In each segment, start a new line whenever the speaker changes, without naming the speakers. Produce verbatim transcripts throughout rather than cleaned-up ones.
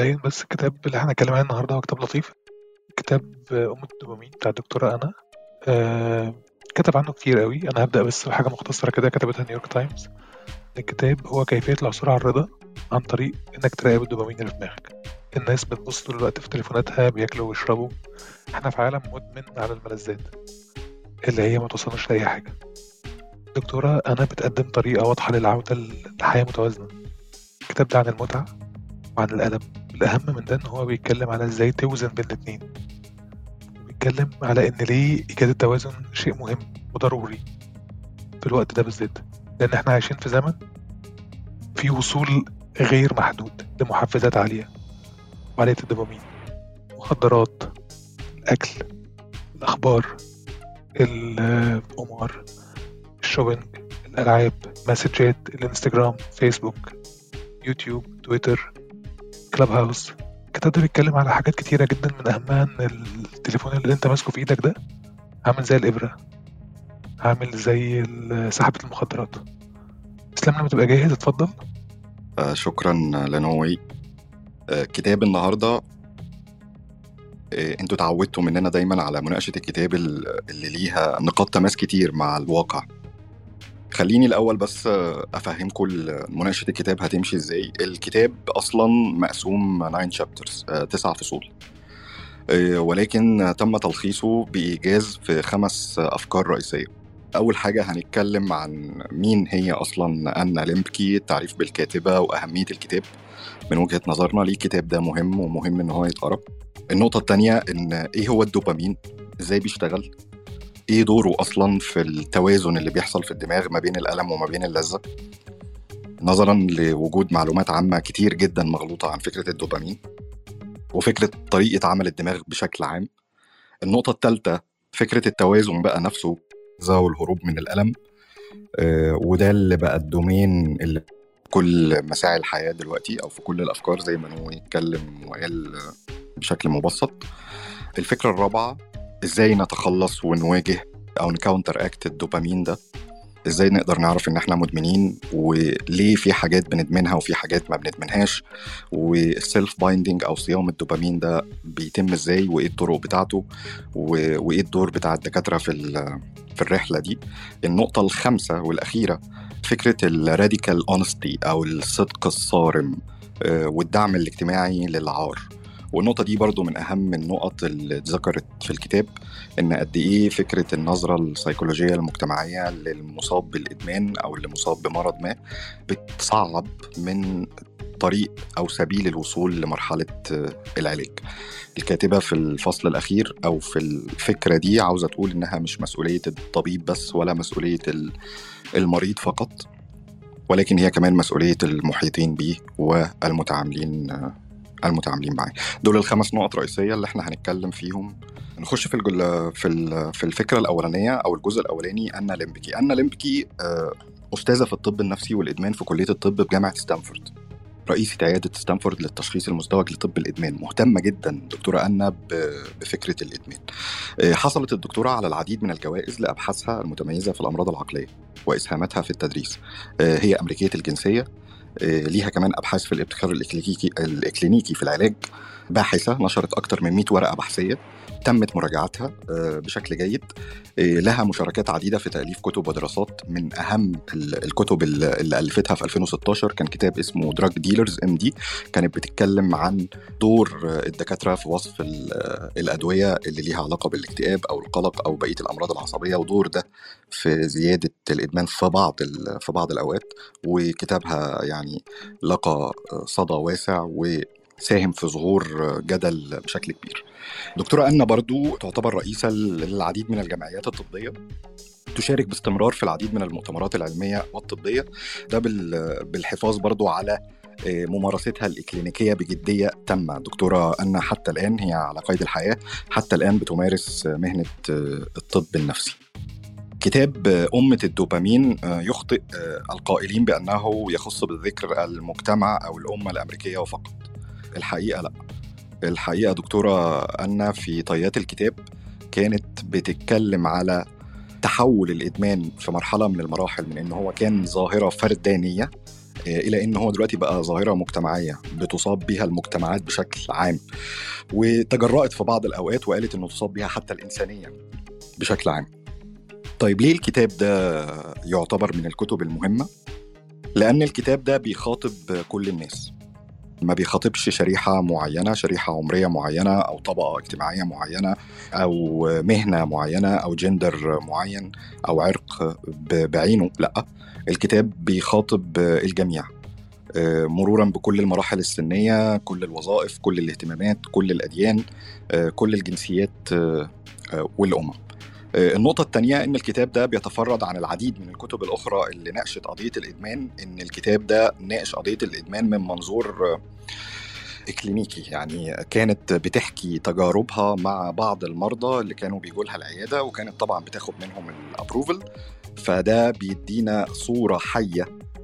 مبدئيا بس الكتاب اللي احنا هنتكلم عنه النهارده هو كتاب لطيف. كتاب آه، أم الدوبامين بتاع الدكتورة أنا. آه، كتب عنه كتير قوي. أنا هبدأ بس بحاجة مختصرة كده كتبتها نيويورك تايمز. الكتاب هو كيفية العثور على الرضا عن طريق إنك تراقب الدوبامين اللي في دماغك. الناس بتبص طول الوقت في تليفوناتها، بياكلوا ويشربوا. احنا في عالم مدمن على الملذات اللي هي ما توصلناش لأي حاجة. الدكتورة أنا بتقدم طريقة واضحة للعودة لحياة متوازنة. الكتاب ده عن المتعة وعن الألم. الأهم من ده إن هو بيتكلم على إزاي توزن بين الاتنين. بيتكلم على إن ليه إيجاد التوازن شيء مهم وضروري في الوقت ده بالذات، لأن إحنا عايشين في زمن فيه وصول غير محدود لمحفزات عالية وعالية الدوبامين، مخدرات، الأكل، الأخبار، القمار، الشوبينج، الألعاب، مسجات، الانستجرام، فيسبوك، يوتيوب، تويتر، كلاب هاوس. الكتاب ده بيتكلم على حاجات كتيرة جدا، من أهمها إن التليفون اللي أنت ماسكه في إيدك ده عامل زي الإبرة، عامل زي ال- سحبة المخدرات. اسلام لما تبقى جاهز اتفضل.
آه شكرا لنوي. آه كتاب النهاردة. آه انتوا تعودتوا مننا دايما على مناقشة الكتاب ال- اللي ليها نقاط تماس كتير مع الواقع. خليني الأول بس آه، أفهمكم ال- مناقشة الكتاب هتمشي إزاي. الكتاب أصلا مقسوم ناين شابترز، تسع فصول. آه ولكن تم تلخيصه بإيجاز في خمس أفكار رئيسية. أول حاجة هنتكلم عن مين هي أصلا أنا ليمبكي، التعريف بالكاتبة وأهمية الكتاب من وجهة نظرنا. ليه الكتاب ده مهم ومهم إن هو يتقرأ. النقطة التانية إن إيه هو الدوبامين، إزاي بيشتغل، إيه دوره أصلا في التوازن اللي بيحصل في الدماغ ما بين الألم وما بين اللذة، نظرا لوجود معلومات عامة كتير جدا مغلوطة عن فكرة الدوبامين وفكرة طريقة عمل الدماغ بشكل عام. النقطة الثالثة فكرة التوازن بقى نفسه والهروب من الألم. آه، وده اللي بقى الدومين اللي كل مساعي الحياة دلوقتي أو في كل الأفكار زي ما هو يتكلم وقال بشكل مبسط. الفكرة الرابعة إزاي نتخلص ونواجه أو نكاونتر أكت الدوبامين ده. إزاي نقدر نعرف إن إحنا مدمنين وليه في حاجات بندمنها وفي حاجات ما بندمنهاش، والسيلف بايندينج أو صيام الدوبامين ده بيتم إزاي وإيه الطرق بتاعته وإيه الدور بتاع الدكاترة في في الرحلة دي. النقطة الخامسة والأخيرة فكرة الراديكال اونستي أو الصدق الصارم والدعم الاجتماعي للعار. والنقطة دي برضو من أهم النقط اللي اتذكرت في الكتاب، إن قد إيه فكرة النظرة السيكولوجية المجتمعية للمصاب بالإدمان أو اللي مصاب بمرض ما بتصعب من طريق أو سبيل الوصول لمرحلة العلاج. الكاتبة في الفصل الأخير أو في الفكرة دي عاوزة تقول إنها مش مسؤولية الطبيب بس ولا مسؤولية المريض فقط، ولكن هي كمان مسؤولية المحيطين به والمتعاملين المتعاملين معاه. دول الخمس نقط رئيسية اللي احنا هنتكلم فيهم. نخش في الجل... في ال... في الفكرة الأولانية أو الجزء الأولاني. أنا ليمبكي أنا ليمبكي أستاذة في الطب النفسي والإدمان في كلية الطب بجامعة ستانفورد، رئيسة عيادة ستانفورد للتشخيص المزدوج لطب الإدمان. مهتمة جدا دكتورة أنا بفكرة الإدمان. حصلت الدكتورة على العديد من الجوائز لأبحاثها المتميزة في الأمراض العقلية وإسهاماتها في التدريس. هي أمريكية الجنسية، ليها كمان أبحاث في الابتكار الإكلينيكي, الإكلينيكي في العلاج. باحثة نشرت أكتر من مئة ورقة بحثية تمت مراجعتها بشكل جيد. لها مشاركات عديدة في تأليف كتب ودراسات. من أهم الكتب اللي ألفتها في ألفين وستاشر كان كتاب اسمه دراج ديلرز ام دي، كانت بتتكلم عن دور الدكاترة في وصف الأدوية اللي ليها علاقة بالاكتئاب أو القلق أو بقية الأمراض العصبية، ودور ده في زيادة الإدمان في بعض في بعض الأوقات. وكتابها يعني لقى صدى واسع وساهم في ظهور جدل بشكل كبير. دكتورة أنا برضو تعتبر رئيسة للعديد من الجمعيات الطبية، تشارك باستمرار في العديد من المؤتمرات العلمية والطبية، ده بالحفاظ برضو على ممارستها الإكلينيكية بجدية تامة. دكتورة أنا حتى الآن هي على قيد الحياة، حتى الآن بتمارس مهنة الطب النفسي. كتاب أمة الدوبامين يخطئ القائلين بأنه يخص بالذكر المجتمع أو الأمة الأمريكية وفقط. الحقيقة لا، الحقيقة دكتورة أنا في طيات الكتاب كانت بتتكلم على تحول الإدمان في مرحلة من المراحل، من إنه هو كان ظاهرة فردانية إلى إن هو دلوقتي بقى ظاهرة مجتمعية بتصاب بها المجتمعات بشكل عام، وتجرأت في بعض الأوقات وقالت إنه تصاب بها حتى الإنسانية بشكل عام. طيب ليه الكتاب ده يعتبر من الكتب المهمة؟ لأن الكتاب ده بيخاطب كل الناس، ما بيخاطبش شريحة معينة، شريحة عمرية معينة أو طبقة اجتماعية معينة أو مهنة معينة أو جندر معين أو عرق بعينه. لأ، الكتاب بيخاطب الجميع مرورا بكل المراحل السنية، كل الوظائف، كل الاهتمامات، كل الأديان، كل الجنسيات والأمم. النقطة الثانية إن الكتاب ده بيتفرد عن العديد من الكتب الأخرى اللي ناقشت قضية الإدمان، إن الكتاب ده ناقش قضية الإدمان من منظور إكلينيكي، يعني كانت بتحكي تجاربها مع بعض المرضى اللي كانوا بيجوا لها العيادة، وكانت طبعا بتاخد منهم الأبروفل، فده بيدينا صورة حية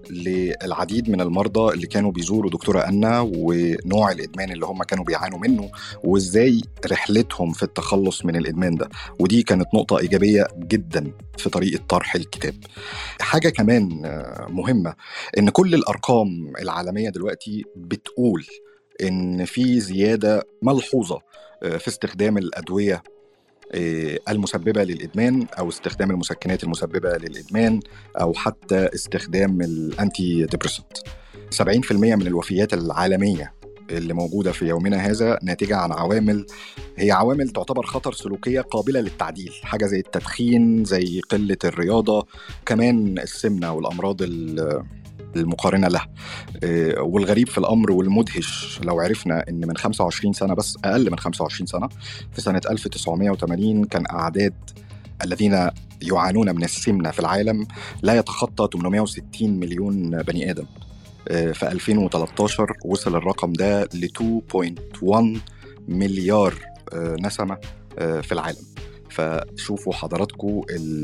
للعديد من المرضى اللي كانوا بيزوروا دكتورة أنا ونوع الإدمان اللي هم كانوا بيعانوا منه وإزاي رحلتهم في التخلص من الإدمان ده. ودي كانت نقطة إيجابية جدا في طريقة طرح الكتاب. حاجة كمان مهمة إن كل الأرقام العالمية دلوقتي بتقول إن في زيادة ملحوظة في استخدام الأدوية المسببة للإدمان أو استخدام المسكنات المسببة للإدمان أو حتى استخدام الأنتي ديبريسنت. سبعين بالمئة من الوفيات العالمية اللي موجودة في يومنا هذا ناتجة عن عوامل هي عوامل تعتبر خطر سلوكية قابلة للتعديل، حاجة زي التدخين، زي قلة الرياضة، كمان السمنة والأمراض المقارنة له. والغريب في الأمر والمدهش لو عرفنا إن من خمسة وعشرين سنة، بس أقل من خمسة وعشرين سنة، في سنة ألف وتسعمائة وثمانين كان أعداد الذين يعانون من السمنة في العالم لا يتخطى ثمانمائة وستين مليون بني آدم. في ألفين وثلاثة عشر وصل الرقم ده ل اثنين فاصلة واحد مليار نسمة في العالم. فشوفوا حضراتكم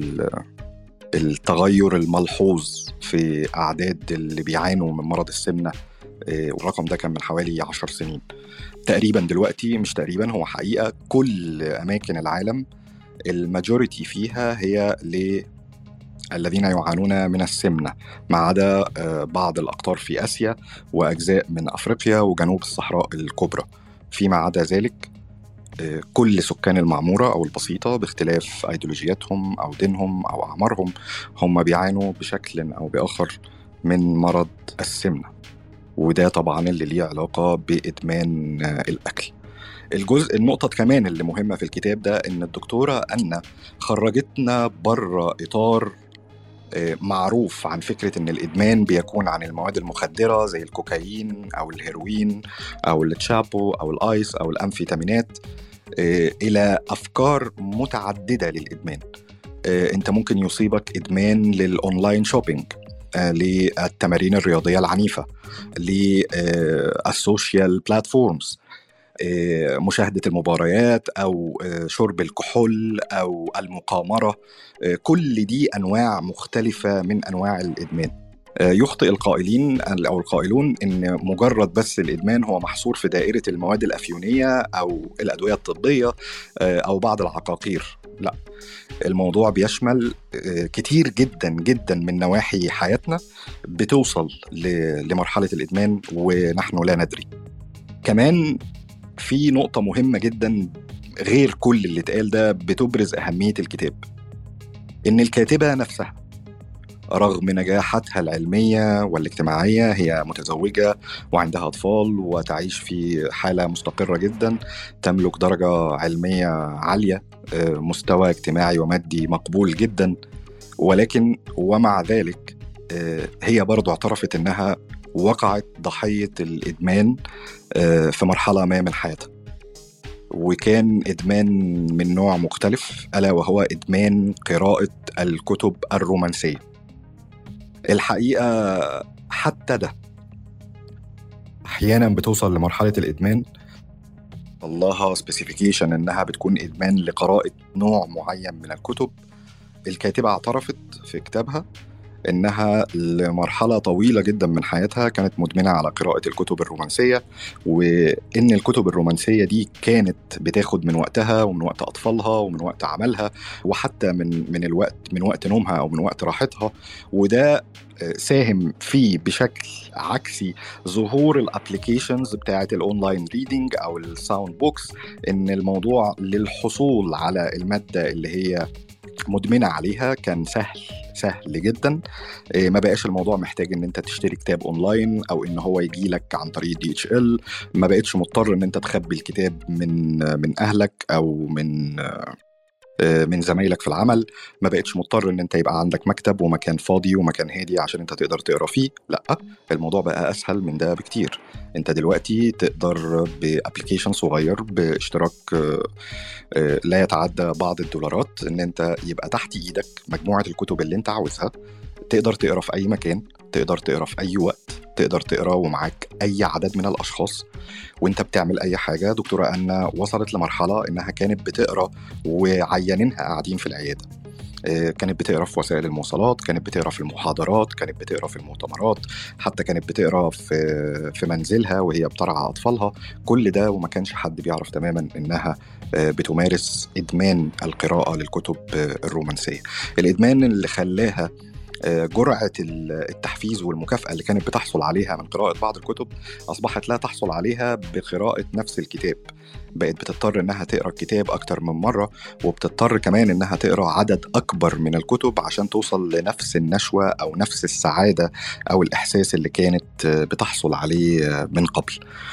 التغير الملحوظ في أعداد اللي بيعانوا من مرض السمنة، والرقم ده كان من حوالي عشر سنين تقريبا. دلوقتي مش تقريبا، هو حقيقة كل أماكن العالم الماجوريتي فيها هي للذين يعانون من السمنة، ما عدا بعض الأقطار في آسيا وأجزاء من أفريقيا وجنوب الصحراء الكبرى. فيما عدا ذلك كل سكان المعمورة أو البسيطة باختلاف أيديولوجياتهم أو دينهم أو أعمارهم هم بيعانوا بشكل أو بآخر من مرض السمنة، وده طبعا اللي ليه علاقة بإدمان الأكل. الجزء النقطة كمان اللي مهمة في الكتاب ده إن الدكتورة أنا خرجتنا بره إطار معروف عن فكرة إن الإدمان بيكون عن المواد المخدرة زي الكوكايين أو الهيروين أو التشابو أو الآيس أو الأمفيتامينات إلى أفكار متعددة للإدمان. أنت ممكن يصيبك إدمان للأونلاين شوبينج، للتمارين الرياضية العنيفة، للسوشيال بلاتفورمز، مشاهدة المباريات أو شرب الكحول أو المقامرة. كل دي أنواع مختلفة من أنواع الإدمان. يخطئ القائلين أو القائلون إن مجرد بس الإدمان هو محصور في دائرة المواد الأفيونية أو الأدوية الطبية أو بعض العقاقير. لا، الموضوع بيشمل كتير جدا جدا من نواحي حياتنا بتوصل لمرحلة الإدمان ونحن لا ندري. كمان في نقطة مهمة جدا غير كل اللي اتقال ده بتبرز أهمية الكتاب، إن الكاتبة نفسها رغم نجاحاتها العلمية والاجتماعية هي متزوجة وعندها أطفال وتعيش في حالة مستقرة جدا، تملك درجة علمية عالية، مستوى اجتماعي ومادي مقبول جدا، ولكن ومع ذلك هي برضو اعترفت إنها وقعت ضحية الإدمان في مرحلة ما من حياتها، وكان إدمان من نوع مختلف، ألا وهو إدمان قراءة الكتب الرومانسية. الحقيقة حتى ده أحيانا بتوصل لمرحلة الإدمان الله سبيسيفيكيشن إنها بتكون إدمان لقراءة نوع معين من الكتب. الكاتبة اعترفت في كتابها إنها لمرحلة طويلة جدا من حياتها كانت مدمنة على قراءة الكتب الرومانسية، وإن الكتب الرومانسية دي كانت بتاخد من وقتها ومن وقت أطفالها ومن وقت عملها، وحتى من من الوقت من وقت نومها أو من وقت راحتها. وده ساهم فيه بشكل عكسي ظهور الابليكيشنز بتاعه الاونلاين ريدنج او الساوند بوكس، ان الموضوع للحصول على الماده اللي هي مدمنه عليها كان سهل سهل جدا. ما بقاش الموضوع محتاج ان انت تشتري كتاب اونلاين او ان هو يجي لك عن طريق دي اتش ال. ما بقتش مضطر ان انت تخبي الكتاب من من اهلك او من من زمايلك في العمل. ما بقتش مضطر ان انت يبقى عندك مكتب ومكان فاضي ومكان هادي عشان انت تقدر تقرا فيه. لا، الموضوع بقى اسهل من ده بكتير. انت دلوقتي تقدر بابليكيشن صغير باشتراك لا يتعدى بعض الدولارات ان انت يبقى تحت ايدك مجموعة الكتب اللي انت عاوزها، تقدر تقرا في اي مكان، تقدر تقرا في اي وقت، تقدر تقرا ومعاك اي عدد من الاشخاص وانت بتعمل اي حاجه. دكتوره أنا وصلت لمرحله انها كانت بتقرا وعيانينها قاعدين في العياده، كانت بتقرا في وسائل المواصلات، كانت بتقرا في المحاضرات، كانت بتقرا في المؤتمرات، حتى كانت بتقرا في في منزلها وهي بترعى اطفالها. كل ده وما كانش حد بيعرف تماما انها بتمارس ادمان القراءه للكتب الرومانسيه. الادمان اللي خلاها جرعة التحفيز والمكافأة اللي كانت بتحصل عليها من قراءة بعض الكتب أصبحت لا تحصل عليها بقراءة نفس الكتاب. بقت بتضطر إنها تقرأ الكتاب أكتر من مرة، وبتضطر كمان إنها تقرأ عدد أكبر من الكتب عشان توصل لنفس النشوة أو نفس السعادة أو الإحساس اللي كانت بتحصل عليه من قبل.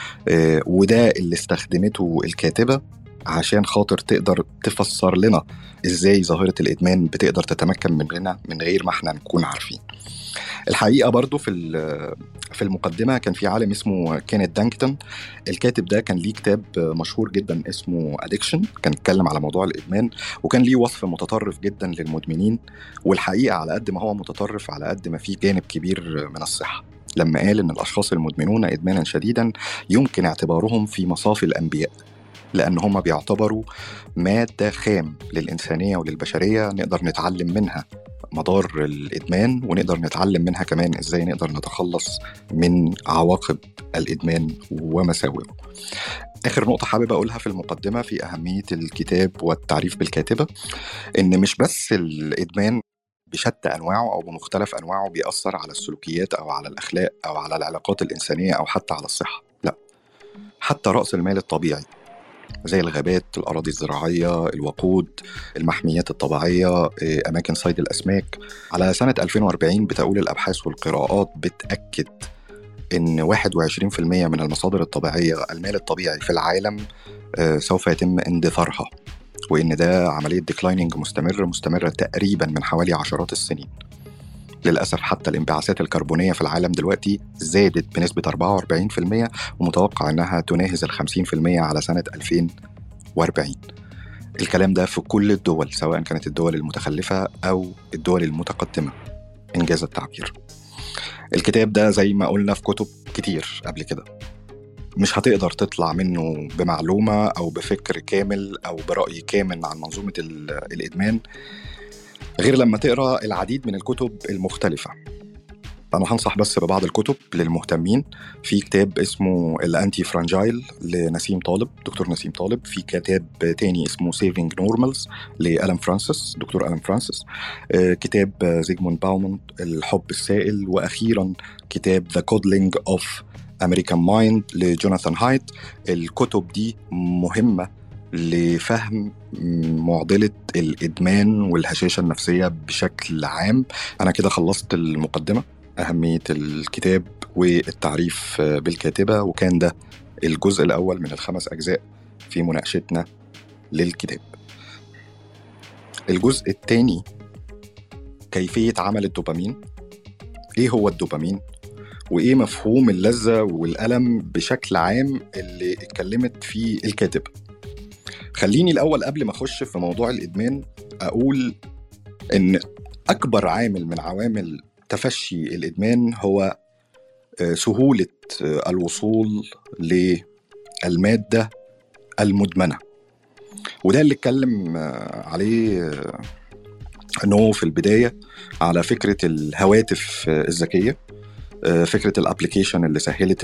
وده اللي استخدمته الكاتبة عشان خاطر تقدر تفسر لنا ازاي ظاهرة الادمان بتقدر تتمكن مننا من غير ما احنا نكون عارفين. الحقيقة برضو في في المقدمة كان في عالم اسمه كينيت دانكتون. الكاتب ده كان ليه كتاب مشهور جدا اسمه أديكشن، كان يتكلم على موضوع الإدمان، وكان ليه وصف متطرف جدا للمدمنين. والحقيقة على قد ما هو متطرف على قد ما فيه جانب كبير من الصحة، لما قال إن الأشخاص المدمنون إدمانا شديدا يمكن اعتبارهم في مصاف الأنبياء، لأن هم بيعتبروا مادة خام للإنسانية وللبشرية نقدر نتعلم منها مدار الإدمان، ونقدر نتعلم منها كمان إزاي نقدر نتخلص من عواقب الإدمان ومساوئه. آخر نقطة حابب أقولها في المقدمة في أهمية الكتاب والتعريف بالكاتبة، إن مش بس الإدمان بشتى أنواعه أو بمختلف أنواعه بيأثر على السلوكيات أو على الأخلاق أو على العلاقات الإنسانية أو حتى على الصحة، لا، حتى رأس المال الطبيعي زي الغابات، الأراضي الزراعية، الوقود، المحميات الطبيعية، أماكن صيد الأسماك. على سنة ألفين وأربعين بتقول الأبحاث والقراءات بتأكد إن واحد وعشرين بالمئة من المصادر الطبيعية المال الطبيعي في العالم سوف يتم اندثارها، وإن ده عملية ديكلايننج مستمرة مستمرة تقريبا من حوالي عشرات السنين. للأسف حتى الانبعاثات الكربونية في العالم دلوقتي زادت بنسبة أربعة وأربعين بالمئة، ومتوقع أنها تناهز الخمسين بالمئة على سنة ألفين وأربعين. الكلام ده في كل الدول، سواء كانت الدول المتخلفة أو الدول المتقدمة إنجاز التعبير. الكتاب ده زي ما قلنا في كتب كتير قبل كده مش هتقدر تطلع منه بمعلومة أو بفكر كامل أو برأي كامل عن منظومة الإدمان غير لما تقرأ العديد من الكتب المختلفة. أنا هنصح بس ببعض الكتب للمهتمين. في كتاب اسمه الأنتي فرانجايل لنسيم طالب، دكتور نسيم طالب. في كتاب تاني اسمه Saving Normals لألان فرانسيس، دكتور ألان فرانسيس. كتاب زيغموند باومونت الحب السائل. وأخيرا كتاب The Coddling of American Mind لجوناثان هايت. الكتب دي مهمة لفهم معضلة الإدمان والهشاشة النفسية بشكل عام. أنا كده خلصت المقدمة، أهمية الكتاب والتعريف بالكاتبة، وكان ده الجزء الأول من الخمس أجزاء في مناقشتنا للكتاب. الجزء الثاني كيفية عمل الدوبامين، إيه هو الدوبامين وإيه مفهوم اللذة والألم بشكل عام اللي اتكلمت فيه الكاتبة. خليني الأول قبل ما أخش في موضوع الإدمان أقول إن أكبر عامل من عوامل تفشي الإدمان هو سهولة الوصول للمادة المدمنة، وده اللي اتكلم عليه نو في البداية على فكرة الهواتف الذكية، فكرة الابليكيشن اللي سهلت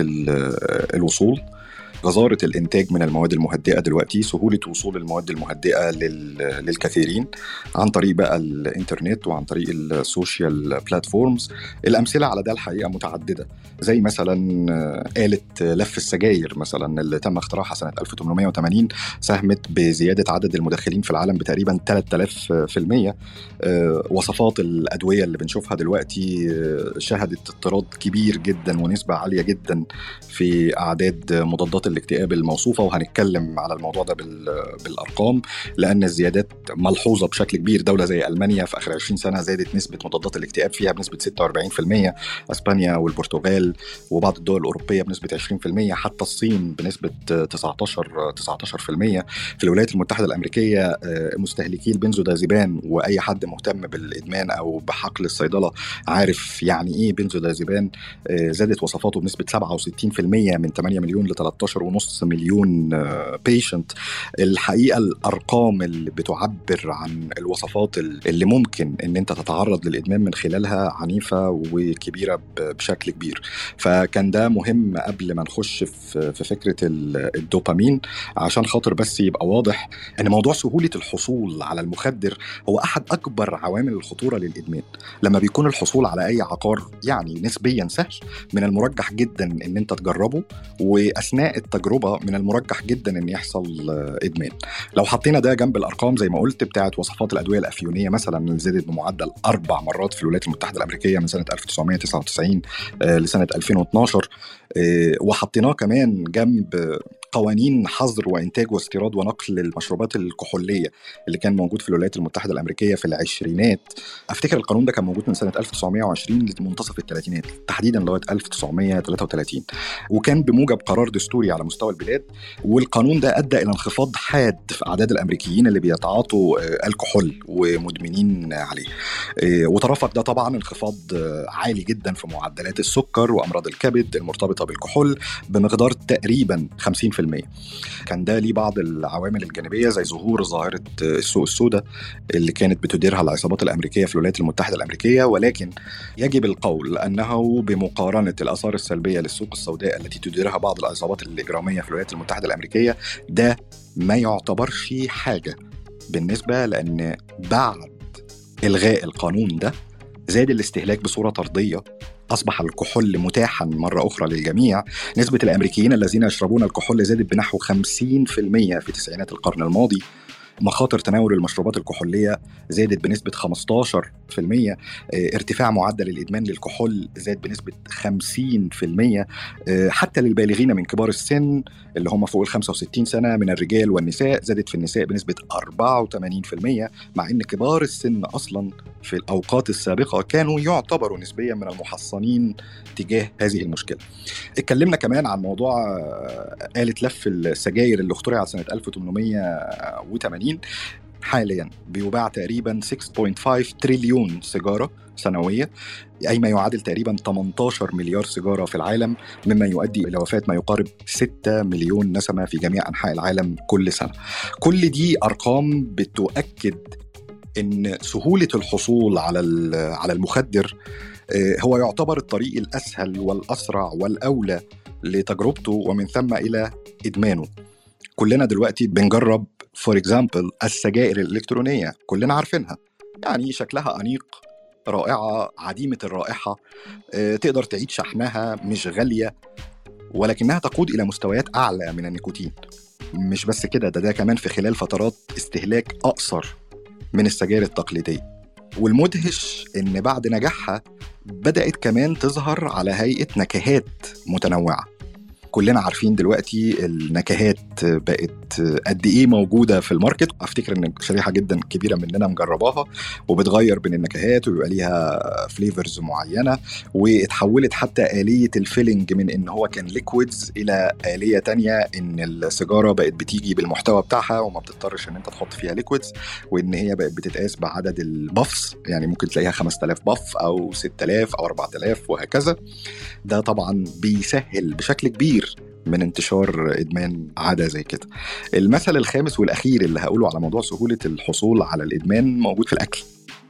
الوصول، غزارة الإنتاج من المواد المهدئة دلوقتي، سهولة وصول المواد المهدئة للكثيرين عن طريق بقى الإنترنت وعن طريق السوشيال بلاتفورمز. الأمثلة على ده الحقيقة متعددة، زي مثلا آلة لف السجاير مثلا اللي تم اختراعها سنة ألف وثمانمائة وثمانين، ساهمت بزيادة عدد المدخنين في العالم بتقريبا ثلاثة آلاف بالمية. وصفات الأدوية اللي بنشوفها دلوقتي شهدت اضطراد كبير جدا ونسبة عالية جدا في أعداد مضادات الاكتئاب الموصوفة، وهنتكلم على الموضوع ده بالأرقام، لأن الزيادات ملحوظة بشكل كبير. دولة زي ألمانيا في آخر عشرين سنة زادت نسبة مضادات الاكتئاب فيها بنسبة ستة وأربعين بالمية، أسبانيا والبرتغال وبعض الدول الأوروبية بنسبة عشرين بالمية، حتى الصين بنسبة تسعة عشر بالمية. في الولايات المتحدة الأمريكية مستهلكي البنزودازيبان، وأي حد مهتم بالإدمان أو بحقل الصيدلة عارف يعني إيه بنزودازيبان، زادت وصفاته بنسبة سبعة وستين بالمية من ثمانية مليون ل ثلاثة عشر ونص مليون بيشنت. الحقيقة الأرقام اللي بتعبر عن الوصفات اللي ممكن إن أنت تتعرض للإدمان من خلالها عنيفة وكبيرة بشكل كبير. فكان ده مهم قبل ما نخش في فكرة الدوبامين، عشان خاطر بس يبقى واضح أن موضوع سهولة الحصول على المخدر هو أحد أكبر عوامل الخطورة للإدمان. لما بيكون الحصول على أي عقار يعني نسبيا سهل، من المرجح جدا أن أنت تجربه، وأثناء التجربة من المرجح جدا أن يحصل إدمان. لو حطينا ده جنب الأرقام زي ما قلت بتاعت وصفات الأدوية الأفيونية مثلا اللي زادت بمعدل أربع مرات في الولايات المتحدة الأمريكية من سنة ألف وتسعمائة وتسعة وتسعين لسنة ألفين واثناشر، وحطيناه كمان جنب قوانين حظر وإنتاج واستيراد ونقل المشروبات الكحولية اللي كان موجود في الولايات المتحدة الأمريكية في العشرينات. أفتكر القانون ده كان موجود من سنة ألف وتسعمائة وعشرين لمنتصف الثلاثينات تحديدا لغاية ألف وتسعمائة وثلاثة وثلاثين، وكان بموجب قرار دستوري على مستوى البلاد. والقانون ده أدى إلى انخفاض حاد في أعداد الأمريكيين اللي بيتعاطوا الكحول ومدمنين عليه، وترافق ده طبعا انخفاض عالي جدا في معدلات السكر وأمراض الكبد المرتبطة بالكحول بمقدار تقريبا خمسين بالمية. كان ده ليه بعض العوامل الجانبية زي ظهور ظاهرة السوق السوداء اللي كانت بتديرها العصابات الأمريكية في الولايات المتحدة الأمريكية، ولكن يجب القول أنه بمقارنة الآثار السلبية للسوق السوداء التي تديرها بعض العصابات الإجرامية في الولايات المتحدة الأمريكية ده ما يعتبرش حاجة بالنسبة، لأن بعد إلغاء القانون ده زاد الاستهلاك بصورة طردية، أصبح الكحول متاحا مرة أخرى للجميع. نسبة الأمريكيين الذين يشربون الكحول زادت بنحو خمسين بالمية في تسعينات القرن الماضي. مخاطر تناول المشروبات الكحولية زادت بنسبة خمسة عشر بالمية. ارتفاع معدل الإدمان للكحول زاد بنسبة خمسين بالمية. حتى للبالغين من كبار السن اللي هم فوق الخمسة وستين سنة من الرجال والنساء زادت في النساء بنسبة أربعة وثمانين بالمية، مع أن كبار السن أصلا في الأوقات السابقة كانوا يعتبروا نسبيا من المحصنين تجاه هذه المشكلة. اتكلمنا كمان عن موضوع آلة لف السجاير اللي اخترعت سنة ألف وثمانمائة وثمانين. حاليا بيباع تقريبا ستة فاصلة خمسة تريليون سيجارة سنوية، أي ما يعادل تقريبا ثمانية عشر مليار سيجارة في العالم، مما يؤدي إلى وفاة ما يقارب ستة مليون نسمة في جميع أنحاء العالم كل سنة. كل دي أرقام بتؤكد إن سهولة الحصول على على المخدر هو يعتبر الطريق الأسهل والأسرع والأولى لتجربته ومن ثم إلى إدمانه. كلنا دلوقتي بنجرب فور إكزامبل السجائر الإلكترونية، كلنا عارفينها، يعني شكلها أنيق، رائعة، عديمة الرائحة، تقدر تعيد شحنها، مش غالية، ولكنها تقود إلى مستويات أعلى من النيكوتين. مش بس كده، ده, ده كمان في خلال فترات استهلاك أقصر من السجائر التقليدية. والمدهش إن بعد نجاحها بدأت كمان تظهر على هيئة نكهات متنوعة. كلنا عارفين دلوقتي النكهات بقت قد ايه موجوده في الماركت. افتكر ان شريحه جدا كبيره مننا مجرباها، وبتغير بين النكهات وبيبقى ليها فليفرز معينه، واتحولت حتى آلية الفيلينج من ان هو كان ليكويدز الى آلية تانية ان السيجاره بقت بتيجي بالمحتوى بتاعها وما بتضطرش ان انت تحط فيها ليكويدز، وان هي بقت بتتقاس بعدد البافس، يعني ممكن تلاقيها خمسة آلاف باف او ستة آلاف او أربعة آلاف وهكذا. ده طبعا بيسهل بشكل كبير من انتشار إدمان عادة زي كده. المثل الخامس والأخير اللي هقوله على موضوع سهولة الحصول على الإدمان موجود في الأكل.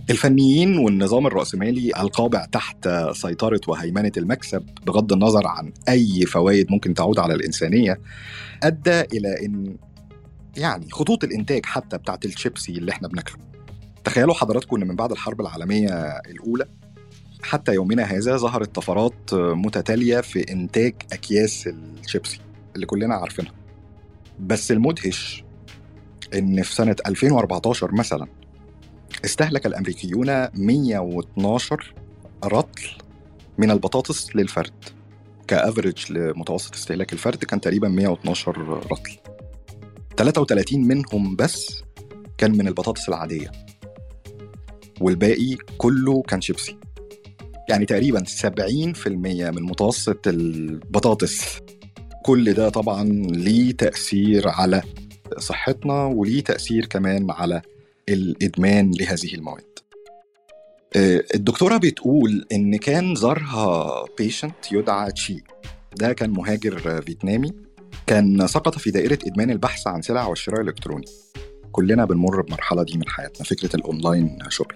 الفنيين والنظام الرأسمالي القابع تحت سيطرة وهيمنة المكسب بغض النظر عن أي فوائد ممكن تعود على الإنسانية أدى إلى أن يعني خطوط الإنتاج حتى بتاعت الشيبسي اللي احنا بناكله. تخيلوا حضراتكم أن من بعد الحرب العالمية الأولى حتى يومنا هذا ظهرت طفرات متتالية في إنتاج أكياس الشيبسي اللي كلنا عارفينها. بس المدهش إن في سنة ألفين وأربعتاشر مثلا استهلك الأمريكيون مية واتناشر رطل من البطاطس للفرد. كأفريج لمتوسط استهلاك الفرد كان تقريبا مية واتناشر رطل، ثلاثة وثلاثين منهم بس كان من البطاطس العادية والباقي كله كان شيبسي. يعني تقريبا سبعين في المية من متوسط البطاطس. كل ده طبعا ليه تأثير على صحتنا وليه تأثير كمان على الإدمان لهذه المواد. الدكتورة بتقول إن كان زارها بيشنت يدعى تشي. ده كان مهاجر فيتنامي كان سقط في دائرة إدمان البحث عن سلع والشراء الإلكتروني. كلنا بنمر بمرحلة دي من حياتنا، فكرة الأونلاين شوبينج.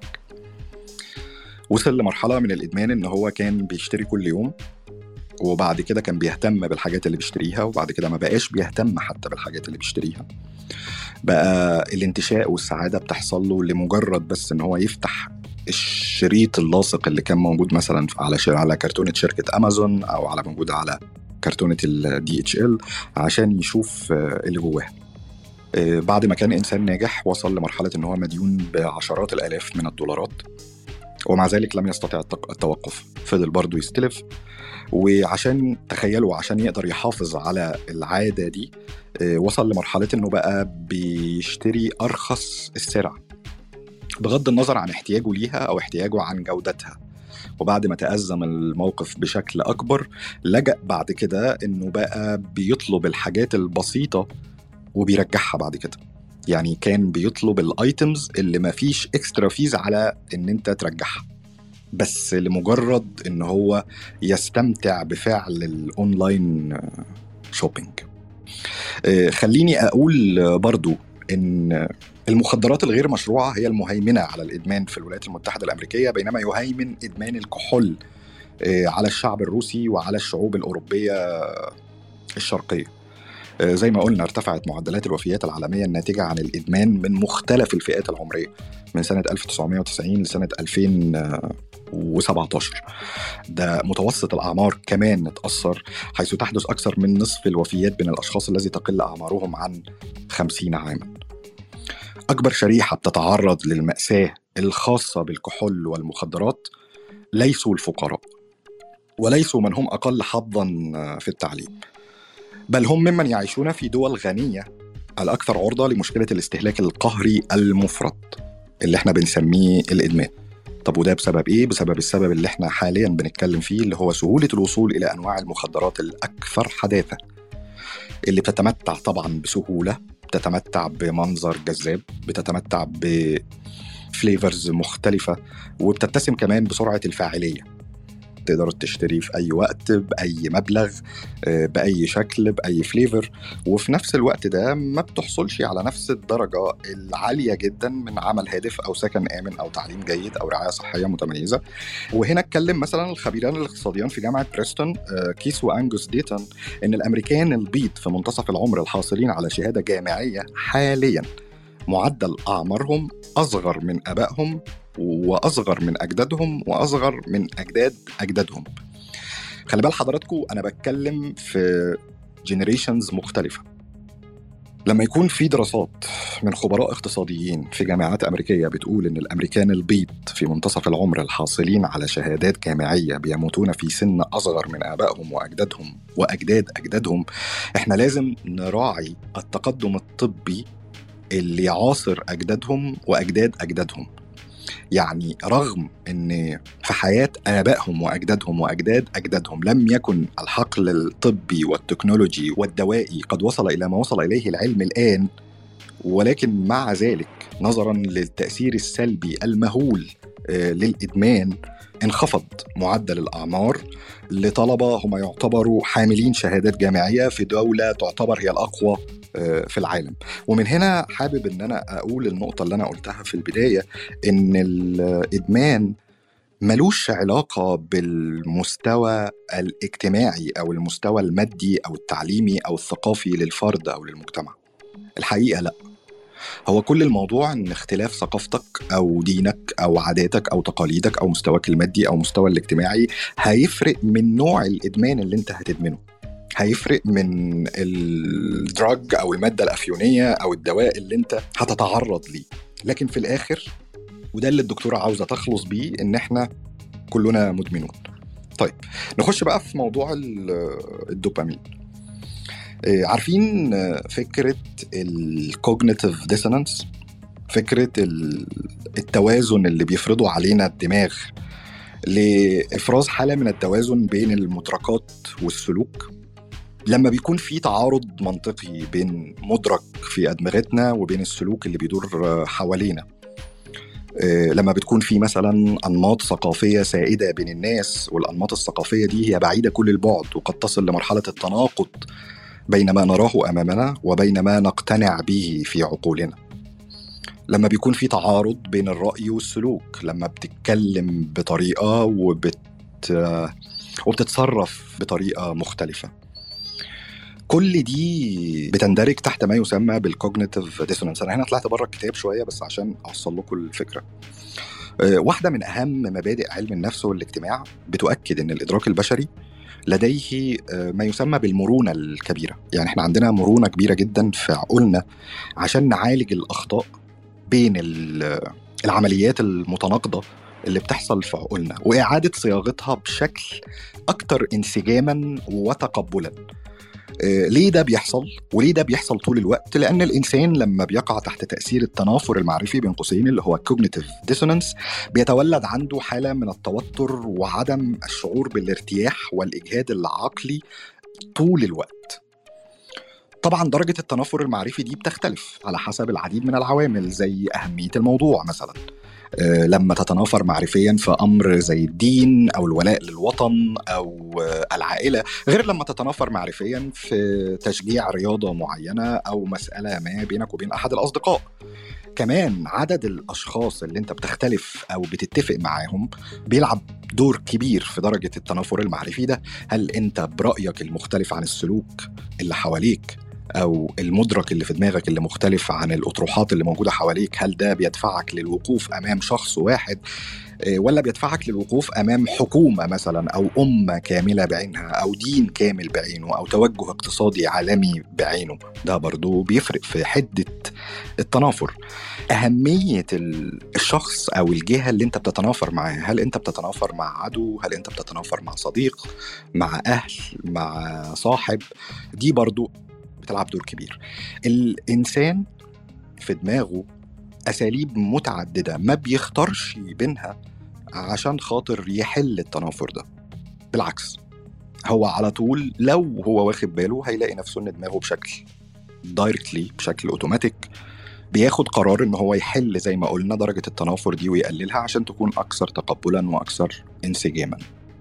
وصل لمرحلة من الإدمان إن هو كان بيشتري كل يوم، وبعد كده كان بيهتم بالحاجات اللي بيشتريها، وبعد كده ما بقاش بيهتم حتى بالحاجات اللي بيشتريها. بقى الانتشاء والسعادة بتحصل له لمجرد بس إن هو يفتح الشريط اللاصق اللي كان موجود مثلا على على كرتونة شركة أمازون أو على موجود على كرتونة الدي اتش ال عشان يشوف اللي جواها. بعد ما كان إنسان ناجح وصل لمرحلة إن هو مديون بعشرات الآلاف من الدولارات، ومع ذلك لم يستطيع التوقف، فضل برضو يستلف. وعشان تخيلوا عشان يقدر يحافظ على العادة دي وصل لمرحلة إنه بقى بيشتري أرخص السلع بغض النظر عن احتياجه ليها أو احتياجه عن جودتها. وبعد ما تأزم الموقف بشكل أكبر لجأ بعد كده إنه بقى بيطلب الحاجات البسيطة وبيرجعها بعد كده. يعني كان بيطلب الايتمز اللي ما فيش اكسترا فيز على ان انت ترجعها، بس لمجرد ان هو يستمتع بفعل الاونلاين شوبينج. خليني اقول برضو ان المخدرات الغير مشروعة هي المهيمنة على الادمان في الولايات المتحدة الامريكية، بينما يهيمن ادمان الكحول على الشعب الروسي وعلى الشعوب الاوروبية الشرقية. زي ما قلنا ارتفعت معدلات الوفيات العالمية الناتجة عن الإدمان من مختلف الفئات العمرية من سنة ألف وتسعمية وتسعين لسنة ألفين وسبعة عشر. ده متوسط الأعمار كمان اتأثر، حيث تحدث أكثر من نصف الوفيات بين الأشخاص الذي تقل أعمارهم عن خمسين عاما. أكبر شريحة بتتعرض للمأساة الخاصة بالكحول والمخدرات ليسوا الفقراء، وليسوا من هم أقل حظا في التعليم، بل هم ممن يعيشون في دول غنية الأكثر عرضة لمشكلة الاستهلاك القهري المفرط اللي احنا بنسميه الإدمان. طب وده بسبب إيه؟ بسبب السبب اللي احنا حاليا بنتكلم فيه، اللي هو سهولة الوصول إلى أنواع المخدرات الأكثر حداثة، اللي بتتمتع طبعا بسهولة، بتتمتع بمنظر جذاب، بتتمتع بفليفرز مختلفة، وبتتسم كمان بسرعة الفاعلية. تقدر تشتري في أي وقت بأي مبلغ بأي شكل بأي فليفر، وفي نفس الوقت ده ما بتحصلش على نفس الدرجة العالية جدا من عمل هادف أو سكن آمن أو تعليم جيد أو رعاية صحية متميزة. وهنا اتكلم مثلا الخبيران الاقتصاديان في جامعة بريستون كيس وأنجوس ديتون إن الأمريكان البيض في منتصف العمر الحاصلين على شهادة جامعية حاليا معدل أعمارهم أصغر من أبائهم وأصغر من أجدادهم وأصغر من أجداد أجدادهم. خلي بال حضراتكم أنا بتكلم في جينيريشنز مختلفة. لما يكون في دراسات من خبراء اقتصاديين في جامعات أمريكية بتقول إن الأمريكان البيض في منتصف العمر الحاصلين على شهادات جامعية بيموتون في سن أصغر من آبائهم وأجدادهم وأجداد أجدادهم، إحنا لازم نراعي التقدم الطبي اللي يعاصر أجدادهم وأجداد أجدادهم. يعني رغم أن في حياة آبائهم وأجدادهم وأجداد أجدادهم لم يكن الحقل الطبي والتكنولوجي والدوائي قد وصل إلى ما وصل إليه العلم الآن، ولكن مع ذلك نظرا للتأثير السلبي المهول للإدمان انخفض معدل الأعمار لطلبة هم يعتبروا حاملين شهادات جامعية في دولة تعتبر هي الأقوى في العالم. ومن هنا حابب ان انا اقول النقطة اللي انا قلتها في البداية، ان الادمان ملوش علاقة بالمستوى الاجتماعي او المستوى المادي او التعليمي او الثقافي للفرد او للمجتمع. الحقيقة لا، هو كل الموضوع ان اختلاف ثقافتك او دينك او عاداتك او تقاليدك او مستواك المادي او مستوى الاجتماعي هيفرق من نوع الادمان اللي انت هتدمنه، هيفرق من الدراج او المادة الافيونية او الدواء اللي انت هتتعرض ليه. لكن في الاخر، وده اللي الدكتورة عاوزة تخلص بيه، ان احنا كلنا مدمنون. طيب نخش بقى في موضوع الدوبامين. عارفين فكرة الكوجنيتيف ديسونانس، فكرة التوازن اللي بيفرضوا علينا الدماغ لإفراز حالة من التوازن بين المدركات والسلوك. لما بيكون في تعارض منطقي بين مدرك في أدمغتنا وبين السلوك اللي بيدور حوالينا، لما بتكون في مثلا أنماط ثقافية سائدة بين الناس، والأنماط الثقافية دي هي بعيدة كل البعد وقد تصل لمرحلة التناقض بين ما نراه أمامنا وبين ما نقتنع به في عقولنا. لما بيكون في تعارض بين الرأي والسلوك، لما بتتكلم بطريقة وبت... وبتتصرف بطريقة مختلفة، كل دي بتندرج تحت ما يسمى بالكوجنيتيف ديسونانس. أنا هنا طلعت بره الكتاب شوية بس عشان أوصل لكم الفكرة. واحدة من أهم مبادئ علم النفس والاجتماع بتؤكد أن الإدراك البشري لديه ما يسمى بالمرونة الكبيرة. يعني احنا عندنا مرونة كبيرة جدا في عقولنا عشان نعالج الأخطاء بين العمليات المتناقضة اللي بتحصل في عقولنا وإعادة صياغتها بشكل أكتر انسجاما وتقبلا. ليه ده بيحصل؟ وليه ده بيحصل طول الوقت؟ لأن الإنسان لما بيقع تحت تأثير التنافر المعرفي بين قوسين اللي هو cognitive dissonance بيتولد عنده حالة من التوتر وعدم الشعور بالارتياح والإجهاد العقلي طول الوقت. طبعا درجة التنافر المعرفي دي بتختلف على حسب العديد من العوامل، زي أهمية الموضوع مثلا. لما تتنافر معرفيا في أمر زي الدين أو الولاء للوطن أو العائلة، غير لما تتنافر معرفيا في تشجيع رياضة معينة أو مسألة ما بينك وبين أحد الأصدقاء. كمان عدد الأشخاص اللي أنت بتختلف أو بتتفق معاهم بيلعب دور كبير في درجة التنافر المعرفي ده. هل أنت برأيك المختلف عن السلوك اللي حواليك أو المدرك اللي في دماغك اللي مختلف عن الأطروحات اللي موجودة حواليك، هل ده بيدفعك للوقوف أمام شخص واحد ولا بيدفعك للوقوف أمام حكومة مثلا أو أمة كاملة بعينها أو دين كامل بعينه أو توجه اقتصادي عالمي بعينه؟ ده برضو بيفرق في حدة التنافر. أهمية الشخص أو الجهة اللي أنت بتتنافر معها، هل أنت بتتنافر مع عدو، هل أنت بتتنافر مع صديق، مع أهل، مع صاحب، دي برضو بتلعب دور كبير. الإنسان في دماغه أساليب متعددة ما بيختارش بينها عشان خاطر يحل التنافر ده. بالعكس، هو على طول لو هو واخد باله هيلاقي نفسه إن دماغه بشكل دايركتلي، بشكل أوتوماتيك، بياخد قرار إن هو يحل زي ما قلنا درجة التنافر دي ويقللها عشان تكون أكثر تقبلا وأكثر انسجاما.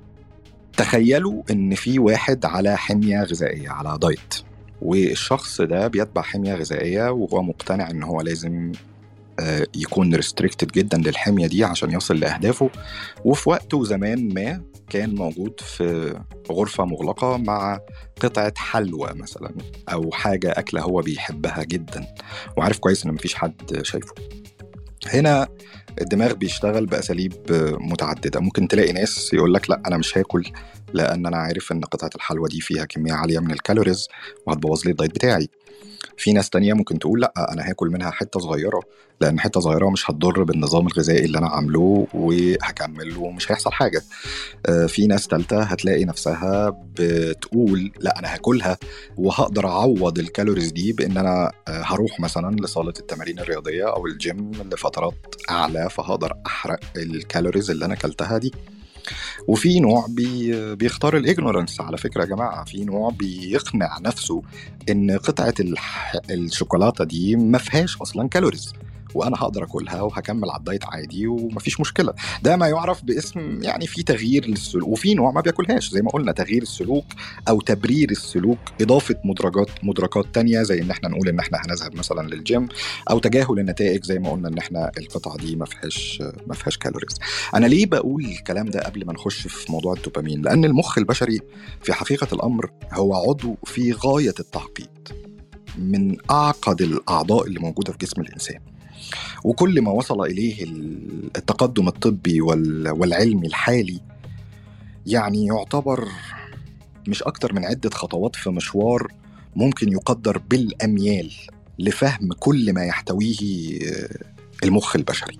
تخيلوا إن في واحد على حمية غذائية، على دايت، والشخص ده بيتبع حمية غذائية وهو مقتنع إن هو لازم يكون ريستريكتد جدا للحمية دي عشان يصل لأهدافه. وفي وقت وزمان ما كان موجود في غرفة مغلقة مع قطعة حلوى مثلا أو حاجة أكلة هو بيحبها جدا وعارف كويس إن مفيش حد شايفه. هنا الدماغ بيشتغل بأساليب متعددة. ممكن تلاقي ناس يقولك لا أنا مش هاكل لأن أنا عارف إن قطعة الحلوى دي فيها كمية عالية من الكالوريز وهتبوظ لي الدايت بتاعي. في ناس تانية ممكن تقول لا أنا هاكل منها حتة صغيرة لأن حتة صغيرة مش هتضر بالنظام الغذائي اللي أنا عامله وهكمل ومش هيحصل حاجة. في ناس تالتة هتلاقي نفسها بتقول لا أنا هاكلها وهقدر أعوض الكالوريز دي بأن أنا هروح مثلا لصالة التمارين الرياضية أو الجيم لفترات أعلى فهقدر أحرق الكالوريز اللي أنا كلتها دي. وفي نوع بي بيختار الإجنورانس. على فكرة يا جماعة، في نوع بيقنع نفسه إن قطعة الشوكولاتة دي ما فيهاش أصلا كالوريز وانا هقدر اكلها وهكمل على الدايت عادي ومفيش مشكله. ده ما يعرف باسم يعني في تغيير للسلوك، وفي نوع ما بياكلهاش زي ما قلنا تغيير السلوك او تبرير السلوك، اضافه مدرجات مدركات تانية زي ان احنا نقول ان احنا هنذهب مثلا للجيم، او تجاهل النتائج زي ما قلنا ان احنا القطعه دي ما فيهاش ما فيهاش كالوريز. انا ليه بقول الكلام ده قبل ما نخش في موضوع الدوبامين؟ لان المخ البشري في حقيقه الامر هو عضو في غايه التعقيد، من اعقد الاعضاء اللي موجوده في جسم الانسان، وكل ما وصل إليه التقدم الطبي والعلمي الحالي يعني يعتبر مش أكتر من عدة خطوات في مشوار ممكن يقدر بالأميال لفهم كل ما يحتويه المخ البشري.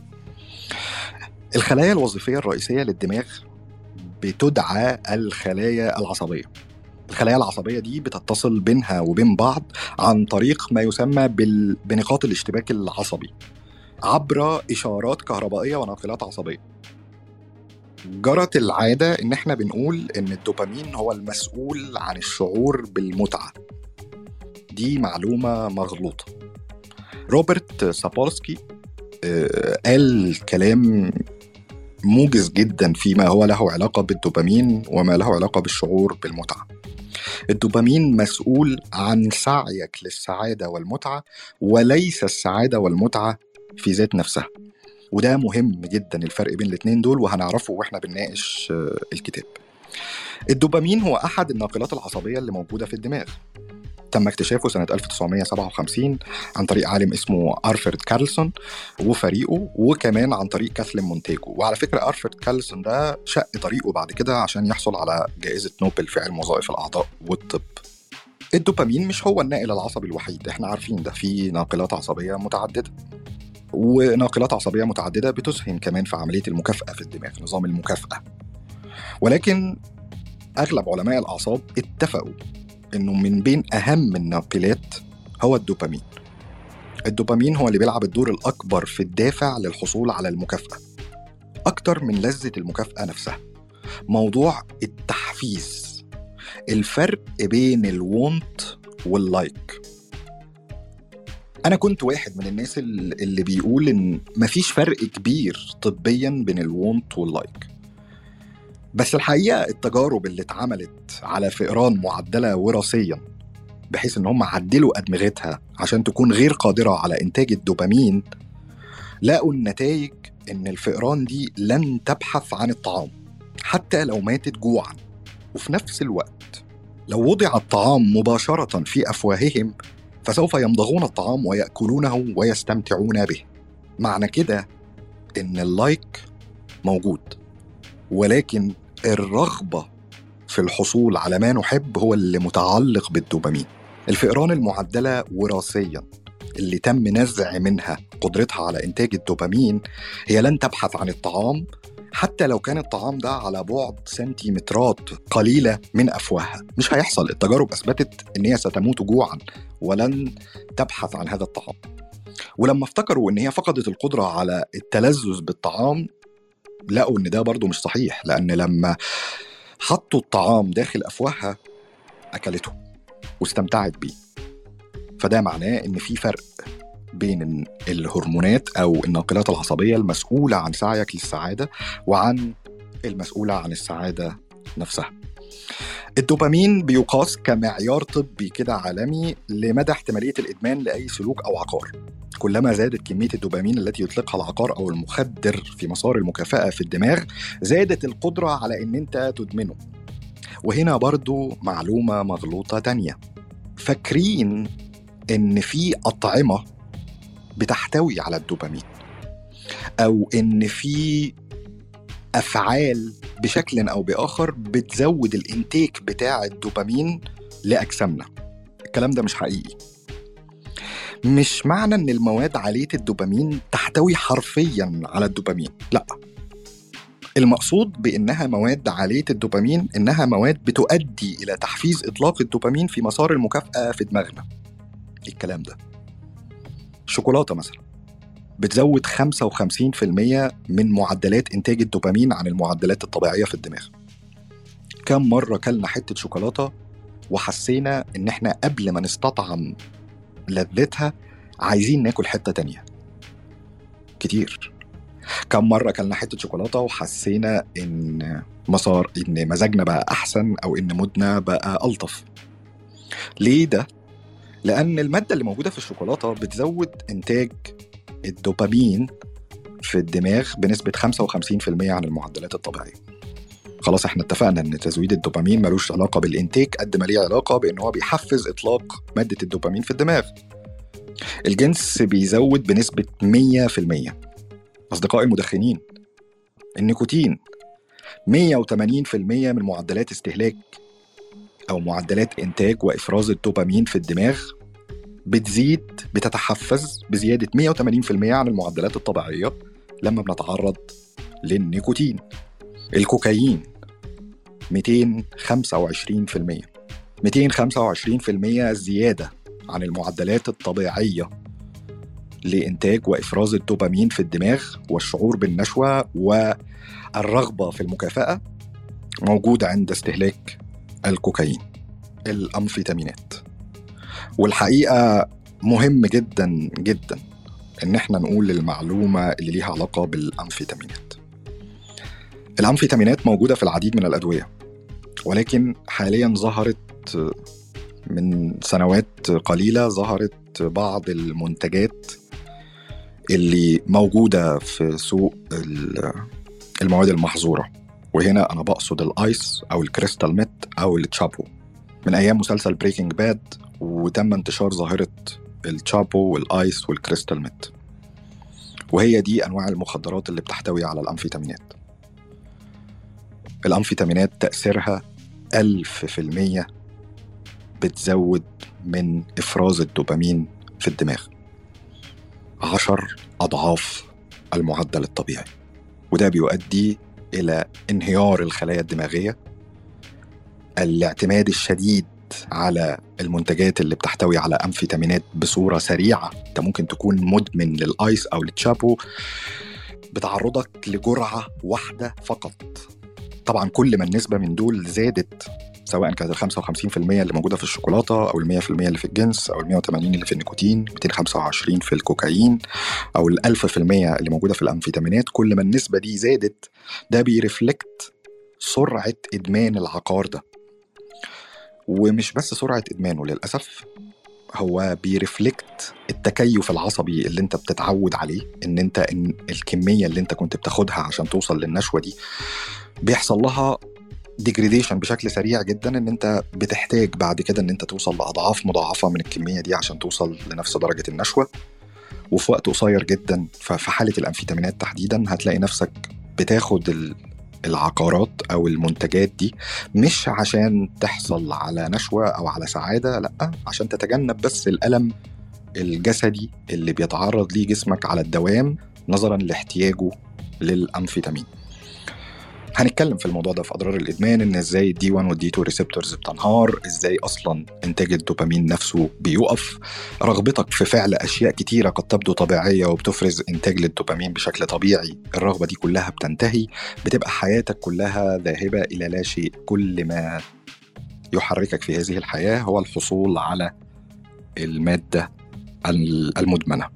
الخلايا الوظيفية الرئيسية للدماغ بتدعى الخلايا العصبية. الخلايا العصبية دي بتتصل بينها وبين بعض عن طريق ما يسمى بنقاط الاشتباك العصبي عبر إشارات كهربائية وناقلات عصبية. جرت العادة إن إحنا بنقول إن الدوبامين هو المسؤول عن الشعور بالمتعة. دي معلومة مغلوطة. روبرت سابولسكي قال كلام موجز جدا فيما هو له علاقة بالدوبامين وما له علاقة بالشعور بالمتعة. الدوبامين مسؤول عن سعيك للسعادة والمتعة، وليس السعادة والمتعة في ذات نفسها. وده مهم جدا الفرق بين الاثنين دول، وهنعرفه واحنا بنناقش الكتاب. الدوبامين هو أحد الناقلات العصبية اللي موجودة في الدماغ. تم اكتشافه سنة ألف وتسعمية سبعة وخمسين عن طريق عالم اسمه أرثر كارلسون وفريقه، وكمان عن طريق كاثلين مونتيجو. وعلى فكرة أرثر كارلسون ده شق طريقه بعد كده عشان يحصل على جائزة نوبل في علم وظائف الأعضاء والطب. الدوبامين مش هو الناقل العصبي الوحيد، احنا عارفين ده، في ناقلات عصبية متعددة، وناقلات عصبية متعددة بتسهم كمان في عملية المكافأة في الدماغ، نظام المكافأة. ولكن أغلب علماء الأعصاب اتفقوا إنه من بين أهم الناقلات هو الدوبامين. الدوبامين هو اللي بيلعب الدور الأكبر في الدافع للحصول على المكافأة أكتر من لذة المكافأة نفسها. موضوع التحفيز، الفرق بين الوونت واللايك. أنا كنت واحد من الناس اللي بيقول إن مفيش فرق كبير طبياً بين الوونت واللايك، بس الحقيقة التجارب اللي اتعملت على فئران معدلة وراثياً بحيث إن هم عدلوا أدمغتها عشان تكون غير قادرة على إنتاج الدوبامين، لقوا النتائج إن الفئران دي لن تبحث عن الطعام حتى لو ماتت جوعاً، وفي نفس الوقت لو وضع الطعام مباشرة في أفواههم فسوف يمضغون الطعام ويأكلونه ويستمتعون به. معنى كده إن اللايك موجود، ولكن الرغبة في الحصول على ما نحب هو اللي متعلق بالدوبامين. الفئران المعدلة وراثياً اللي تم نزع منها قدرتها على إنتاج الدوبامين هي لن تبحث عن الطعام حتى لو كان الطعام ده على بعد سنتيمترات قليلة من أفواهها. مش هيحصل. التجارب أثبتت إن هي ستموت جوعاً ولن تبحث عن هذا الطعام. ولما افتكروا إن هي فقدت القدرة على التلذذ بالطعام لقوا إن ده برضو مش صحيح، لأن لما حطوا الطعام داخل أفواهها أكلته واستمتعت بيه. فده معناه إن في فرق بين الهرمونات أو الناقلات العصبية المسؤولة عن سعيك للسعادة وعن المسؤولة عن السعادة نفسها. الدوبامين بيقاس كمعيار طبي كده عالمي لمدى احتمالية الإدمان لأي سلوك أو عقار. كلما زادت كمية الدوبامين التي يطلقها العقار أو المخدر في مسار المكافأة في الدماغ زادت القدرة على إن أنت تدمنه. وهنا برضو معلومة مغلوطة تانية، فاكرين إن في أطعمة بتحتوي على الدوبامين، أو إن في أفعال بشكل أو بآخر بتزود الانتيك بتاع الدوبامين لأجسامنا. الكلام ده مش حقيقي. مش معنى إن المواد عالية الدوبامين تحتوي حرفياً على الدوبامين، لأ. المقصود بإنها مواد عالية الدوبامين إنها مواد بتؤدي إلى تحفيز إطلاق الدوبامين في مسار المكافأة في دماغنا. الكلام ده الشوكولاتة مثلا بتزود خمسة وخمسين بالمية من معدلات إنتاج الدوبامين عن المعدلات الطبيعية في الدماغ. كم مرة كلنا حتة شوكولاتة وحسينا إن إحنا قبل ما نستطعم لذتها عايزين ناكل حتة تانية؟ كتير. كم مرة كلنا حتة شوكولاتة وحسينا إن مسار إن مزاجنا بقى أحسن أو إن مودنا بقى ألطف. ليه ده؟ لأن المادة اللي موجودة في الشوكولاتة بتزود إنتاج الدوبامين في الدماغ بنسبة خمسة وخمسين بالمية عن المعدلات الطبيعية. خلاص احنا اتفقنا ان تزويد الدوبامين ملوش علاقة بالانتاج قد ما ليه علاقة بان هو بيحفز اطلاق مادة الدوبامين في الدماغ. الجنس بيزود بنسبة مية بالمية. اصدقائي المدخنين، النيكوتين مية وتمانين بالمية من معدلات استهلاك او معدلات انتاج وافراز الدوبامين في الدماغ بتزيد بتتحفز بزيادة مية وتمانين بالمية عن المعدلات الطبيعية لما بنتعرض للنيكوتين. الكوكايين ميتين وخمسة وعشرين بالمية ميتين وخمسة وعشرين بالمية زيادة عن المعدلات الطبيعية لإنتاج وإفراز الدوبامين في الدماغ والشعور بالنشوة والرغبة في المكافأة موجود عند استهلاك الكوكايين. الأمفيتامينات، والحقيقة مهم جدا جدا إن احنا نقول المعلومة اللي ليها علاقة بالأمفيتامينات. الأمفيتامينات موجودة في العديد من الأدوية، ولكن حاليا ظهرت من سنوات قليلة ظهرت بعض المنتجات اللي موجودة في سوق المواد المحظورة، وهنا أنا بقصد الآيس أو الكريستال ميت أو التشابو. من أيام مسلسل بريكنج باد وتم انتشار ظاهرة التشابو والآيس والكريستال ميت، وهي دي أنواع المخدرات اللي بتحتوي على الأمفيتامينات. الأمفيتامينات تأثيرها ألف في المية بتزود من إفراز الدوبامين في الدماغ عشر أضعاف المعدل الطبيعي، وده بيؤدي إلى انهيار الخلايا الدماغية، الاعتماد الشديد على المنتجات اللي بتحتوي على أمفيتامينات بصورة سريعة. انت ممكن تكون مدمن للآيس أو للتشابو بتعرضك لجرعة واحدة فقط. طبعا كل ما النسبة من دول زادت، سواء كانت الخمسة وخمسين بالمية اللي موجودة في الشوكولاتة أو المية بالمية اللي في الجنس أو المية وتمانين اللي في النيكوتين، ميتين وخمسة وعشرين في الكوكايين أو الألف في المية اللي موجودة في الأمفيتامينات، كل ما النسبة دي زادت ده بيرفلكت سرعة إدمان العقار ده. ومش بس سرعة إدمانه للأسف، هو بيرفلكت التكيف العصبي اللي انت بتتعود عليه، ان انت إن الكمية اللي انت كنت بتاخدها عشان توصل للنشوة دي بيحصل لها ديجريديشن بشكل سريع جدا، ان انت بتحتاج بعد كده ان انت توصل لأضعاف مضاعفة من الكمية دي عشان توصل لنفس درجة النشوة وفي وقت قصير جدا. ففي حالة الأمفيتامينات تحديدا هتلاقي نفسك بتاخد العقارات أو المنتجات دي مش عشان تحصل على نشوة أو على سعادة، لأ، عشان تتجنب بس الألم الجسدي اللي بيتعرض ليه جسمك على الدوام نظرا لاحتياجه للأمفيتامين. هنتكلم في الموضوع ده في أضرار الإدمان، إن إزاي الدي واحد والدي اتنين ريسبتورز بتنهار، إزاي أصلا إنتاج الدوبامين نفسه بيقف، رغبتك في فعل أشياء كتيرة قد تبدو طبيعية وبتفرز إنتاج للدوبامين بشكل طبيعي، الرغبة دي كلها بتنتهي، بتبقى حياتك كلها ذاهبة إلى لا شيء. كل ما يحركك في هذه الحياة هو الحصول على المادة المدمنة.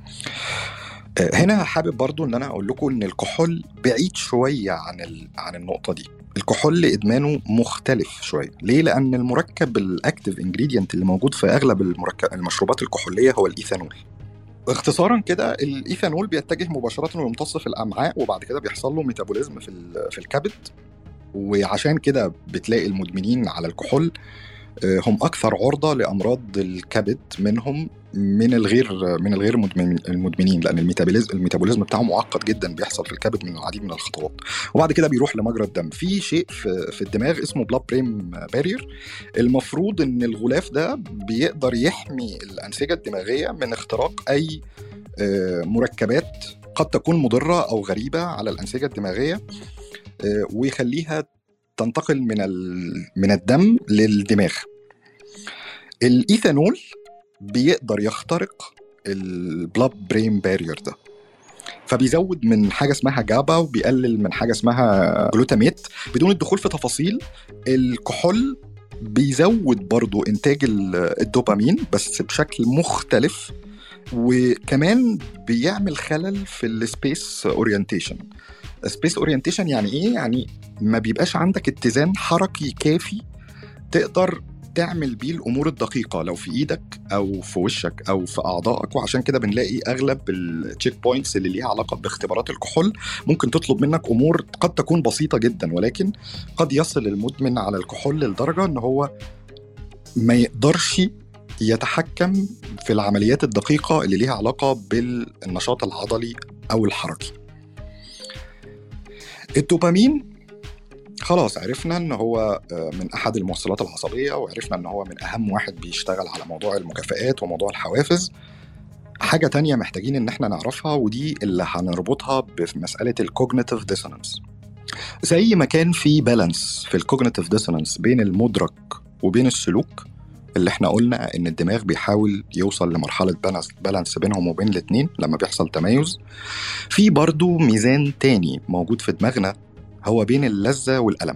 هنا حابب برضو ان انا اقول لكم ان الكحول بعيد شوية عن ال... عن النقطة دي. الكحول ادمانه مختلف شوية. ليه؟ لان المركب الاكتيف انجريدينت اللي موجود في اغلب المركب المشروبات الكحولية هو الايثانول. اختصارا كده، الايثانول بيتجه مباشرة ويمتص في الامعاء وبعد كده بيحصل له ميتابوليزم في ال... في الكبد، وعشان كده بتلاقي المدمنين على الكحول هم أكثر عرضة لأمراض الكبد منهم من الغير من الغير المدمنين، لأن الميتابوليزم الميتابوليزم بتاعهم معقد جدا، بيحصل في الكبد من العديد من الخطوات وبعد كده بيروح لمجرى الدم. في شيء في, في الدماغ اسمه بلاد برين بارير، المفروض إن الغلاف ده بيقدر يحمي الأنسجة الدماغية من اختراق أي مركبات قد تكون مضرة أو غريبة على الأنسجة الدماغية ويخليها تنتقل من من الدم للدماغ. الإيثانول بيقدر يخترق البلاد برين بارير ده، فبيزود من حاجة اسمها جابا وبيقلل من حاجة اسمها جلوتاميت. بدون الدخول في تفاصيل، الكحول بيزود برضو إنتاج الدوبامين بس بشكل مختلف وكمان بيعمل خلل في السبيس اورينتيشن. سبيس اورينتيشن يعني ايه؟ يعني ما بيبقاش عندك اتزان حركي كافي تقدر تعمل بيه الامور الدقيقه لو في ايدك او في وشك او في اعضائك. وعشان كده بنلاقي اغلب التشيك بوينتس اللي ليها علاقه باختبارات الكحول ممكن تطلب منك امور قد تكون بسيطه جدا، ولكن قد يصل المدمن على الكحول للدرجه ان هو ما يقدرش يتحكم في العمليات الدقيقه اللي ليها علاقه بالنشاط العضلي او الحركي. الدوبامين خلاص عرفنا ان هو من احد الموصلات العصبيه، وعرفنا ان هو من اهم واحد بيشتغل على موضوع المكافآت وموضوع الحوافز. حاجه تانية محتاجين ان احنا نعرفها، ودي اللي هنربطها بمساله الكوجنيتيف ديسونانس. زي ما كان في بالانس في الكوجنيتيف ديسونانس بين المدرك وبين السلوك، اللي احنا قلنا ان الدماغ بيحاول يوصل لمرحله بالانس بينهم وبين الاثنين لما بيحصل تميز، في برضو ميزان تاني موجود في دماغنا هو بين اللذة والألم.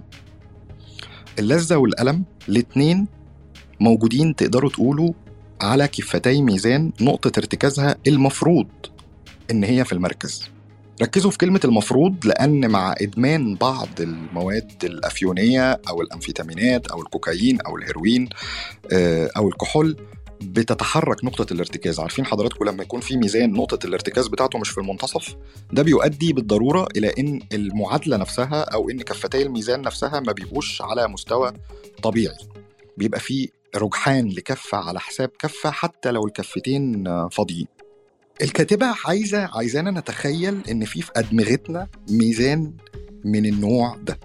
اللذة والألم الاتنين موجودين تقدروا تقولوا على كفتي ميزان نقطة ارتكازها المفروض إن هي في المركز. ركزوا في كلمة المفروض، لأن مع إدمان بعض المواد الأفيونية أو الأمفيتامينات أو الكوكايين أو الهيروين أو الكحول بتتحرك نقطة الارتكاز. عارفين حضراتكم لما يكون في ميزان نقطة الارتكاز بتاعته مش في المنتصف، ده بيؤدي بالضرورة إلى إن المعادلة نفسها أو إن كفتي الميزان نفسها ما بيبقوش على مستوى طبيعي، بيبقى فيه رجحان لكفة على حساب كفة حتى لو الكفتين فاضيين. الكاتبة عايزة عايزانا نتخيل إن في في أدمغتنا ميزان من النوع ده.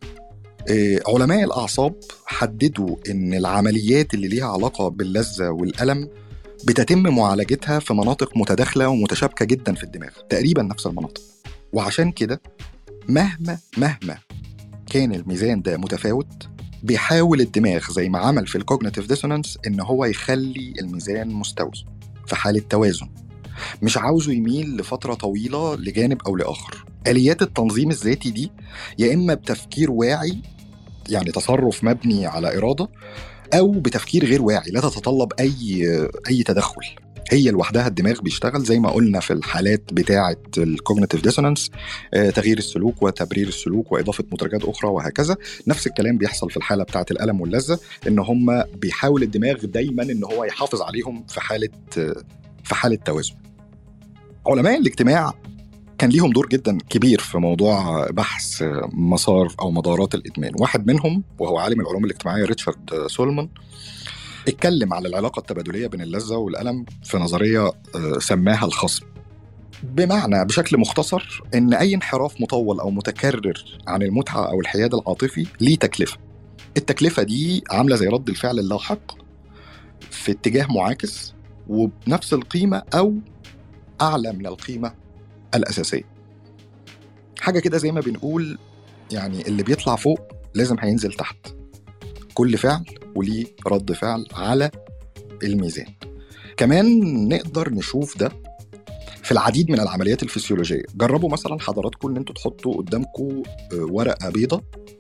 علماء الأعصاب حددوا إن العمليات اللي ليها علاقة باللذة والألم بتتم معالجتها في مناطق متداخلة ومتشابكة جدا في الدماغ، تقريبا نفس المناطق. وعشان كده مهما مهما كان الميزان ده متفاوت، بيحاول الدماغ زي ما عمل في الكوجنيتيف ديسونانس إن هو يخلي الميزان مستوي في حالة توازن، مش عاوزه يميل لفترة طويلة لجانب أو لآخر. آليات التنظيم الذاتي دي يا إما بتفكير واعي، يعني تصرف مبني على إرادة، أو بتفكير غير واعي لا تتطلب أي أي تدخل، هي لوحدها الدماغ بيشتغل زي ما قلنا في الحالات بتاعة الكوجنيتيف ديسونانس، تغيير السلوك وتبرير السلوك وإضافة مدرجات أخرى وهكذا. نفس الكلام بيحصل في الحالة بتاعة الألم واللذة، إن هم بيحاول الدماغ دايما إن هو يحافظ عليهم في حالة في حالة توازن. علماء الاجتماع كان ليهم دور جدا كبير في موضوع بحث مسار أو مدارات الإدمان. واحد منهم وهو عالم العلوم الاجتماعية ريتشارد سولمان اتكلم على العلاقة التبادلية بين اللذة والألم في نظرية سماها الخصم، بمعنى بشكل مختصر إن أي انحراف مطول أو متكرر عن المتعة أو الحياد العاطفي ليه تكلفة. التكلفة دي عاملة زي رد الفعل اللاحق في اتجاه معاكس وبنفس القيمة أو أعلى من القيمة الأساسية. حاجة كده زي ما بنقول يعني اللي بيطلع فوق لازم هينزل تحت، كل فعل وليه رد فعل على الميزان. كمان نقدر نشوف ده في العديد من العمليات الفسيولوجية. جربوا مثلا حضراتكم ان انتوا تحطوا قدامكم ورقة بيضة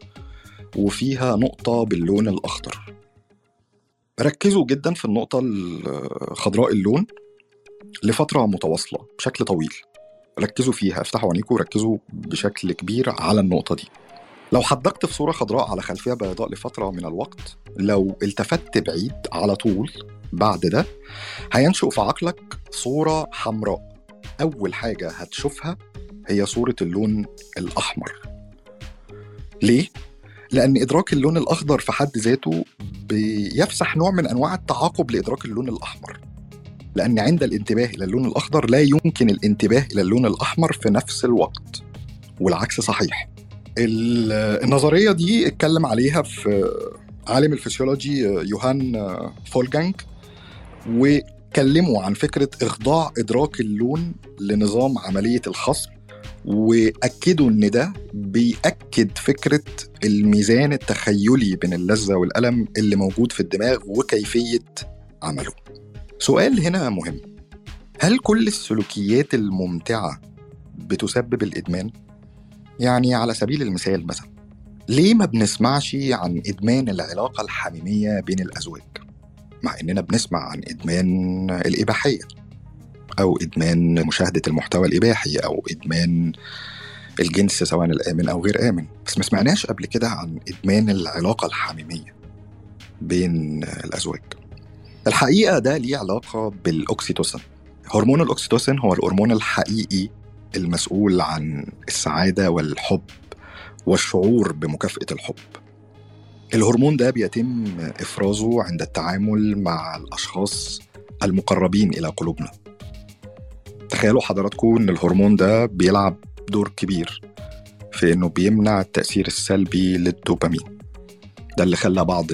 وفيها نقطة باللون الأخضر، ركزوا جدا في النقطة الخضراء اللون لفترة متواصلة بشكل طويل، ركزوا فيها، افتحوا عينيكم وركزوا بشكل كبير على النقطة دي. لو حدقت في صورة خضراء على خلفية بيضاء لفترة من الوقت، لو التفت بعيد على طول بعد ده هينشئ في عقلك صورة حمراء. أول حاجة هتشوفها هي صورة اللون الأحمر. ليه؟ لأن إدراك اللون الأخضر في حد ذاته بيفسح نوع من أنواع التعاقب لإدراك اللون الأحمر، لأن عند الانتباه إلى اللون الأخضر لا يمكن الانتباه إلى اللون الأحمر في نفس الوقت، والعكس صحيح. النظرية دي اتكلم عليها في عالم الفسيولوجي يوهان فولجانج، وكلموا عن فكرة إخضاع إدراك اللون لنظام عملية الخصم، وأكدوا إن ده بيأكد فكرة الميزان التخيلي بين اللذة والألم اللي موجود في الدماغ وكيفية عمله. سؤال هنا مهم: هل كل السلوكيات الممتعة بتسبب الإدمان؟ يعني على سبيل المثال مثلا، ليه ما بنسمعش عن إدمان العلاقة الحميمية بين الأزواج مع إننا بنسمع عن إدمان الإباحية؟ أو إدمان مشاهدة المحتوى الإباحي، أو إدمان الجنس سواء الآمن أو غير آمن. بس ما سمعناش قبل كده عن إدمان العلاقة الحميمية بين الأزواج. الحقيقة ده ليه علاقة بالأكسيتوسين. هرمون الأكسيتوسين هو الهرمون الحقيقي المسؤول عن السعادة والحب والشعور بمكافأة الحب. الهرمون ده بيتم إفرازه عند التعامل مع الأشخاص المقربين إلى قلوبنا. تخيلوا حضراتكم إن الهرمون ده بيلعب دور كبير في إنه بيمنع التأثير السلبي للدوبامين. ده اللي خلى بعض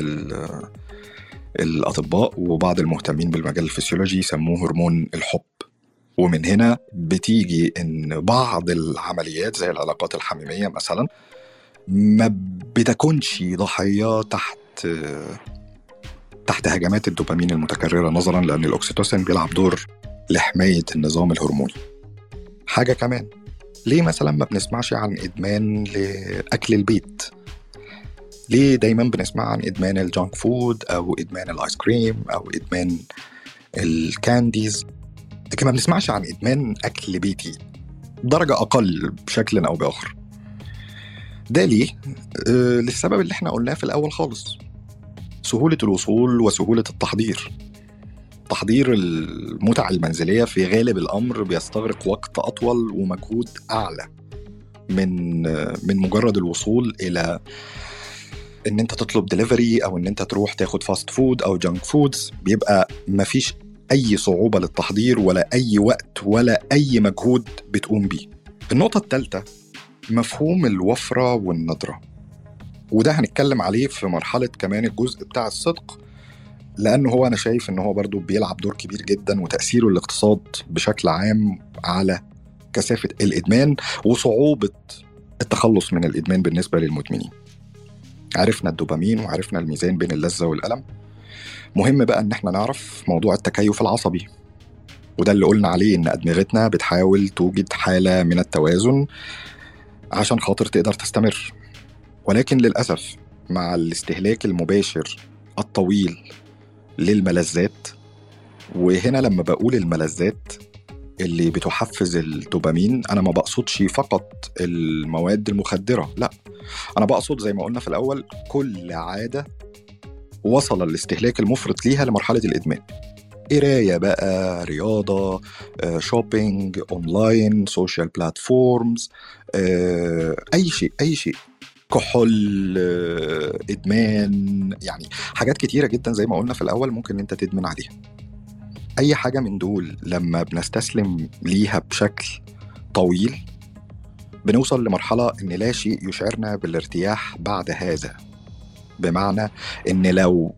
الأطباء وبعض المهتمين بالمجال الفسيولوجي يسموه هرمون الحب. ومن هنا بتيجي إن بعض العمليات زي العلاقات الحميمية مثلا ما بتكونش ضحية تحت تحت هجمات الدوبامين المتكررة، نظرا لأن الأكسيتوسين بيلعب دور لحماية النظام الهرموني. حاجة كمان، ليه مثلا ما بنسمعش عن إدمان لأكل البيت؟ ليه دايما بنسمع عن إدمان الجانك فود أو إدمان الآيس كريم أو إدمان الكانديز، لكن ما بنسمعش عن إدمان أكل بيتي درجة أقل بشكل أو بآخر؟ ده ليه؟ آه للسبب اللي احنا قلناه في الأول خالص، سهولة الوصول وسهولة التحضير. تحضير المتع المنزلية في غالب الأمر بيستغرق وقت أطول ومجهود أعلى من من مجرد الوصول إلى إن أنت تطلب ديليفري أو إن أنت تروح تاخد فاست فود أو جانك فودز. بيبقى مفيش أي صعوبة للتحضير ولا أي وقت ولا أي مجهود بتقوم بيه. النقطة الثالثة مفهوم الوفرة والندرة، وده هنتكلم عليه في مرحلة كمان الجزء بتاع الصدق، لأنه هو أنا شايف إنه هو برضو بيلعب دور كبير جدا وتأثيره الاقتصاد بشكل عام على كثافة الإدمان وصعوبة التخلص من الإدمان بالنسبة للمدمنين. عرفنا الدوبامين وعرفنا الميزان بين اللذة والألم. مهم بقى إن احنا نعرف موضوع التكيف العصبي، وده اللي قلنا عليه إن أدمغتنا بتحاول توجد حالة من التوازن عشان خاطر تقدر تستمر. ولكن للأسف مع الاستهلاك المباشر الطويل للملذات، وهنا لما بقول الملذات اللي بتحفز الدوبامين أنا ما بقصدش فقط المواد المخدرة، لا، أنا بقصد زي ما قلنا في الأول كل عادة وصل الاستهلاك المفرط ليها لمرحلة الإدمان. قراية بقى، رياضة، شوبينج، أونلاين، سوشيال بلاتفورمز، أي شيء أي شيء كحول، إدمان، يعني حاجات كتيرة جدا زي ما قلنا في الأول ممكن أنت تدمن عليها. أي حاجة من دول لما بنستسلم ليها بشكل طويل بنوصل لمرحلة إن لا شيء يشعرنا بالارتياح بعد هذا. بمعنى إن لو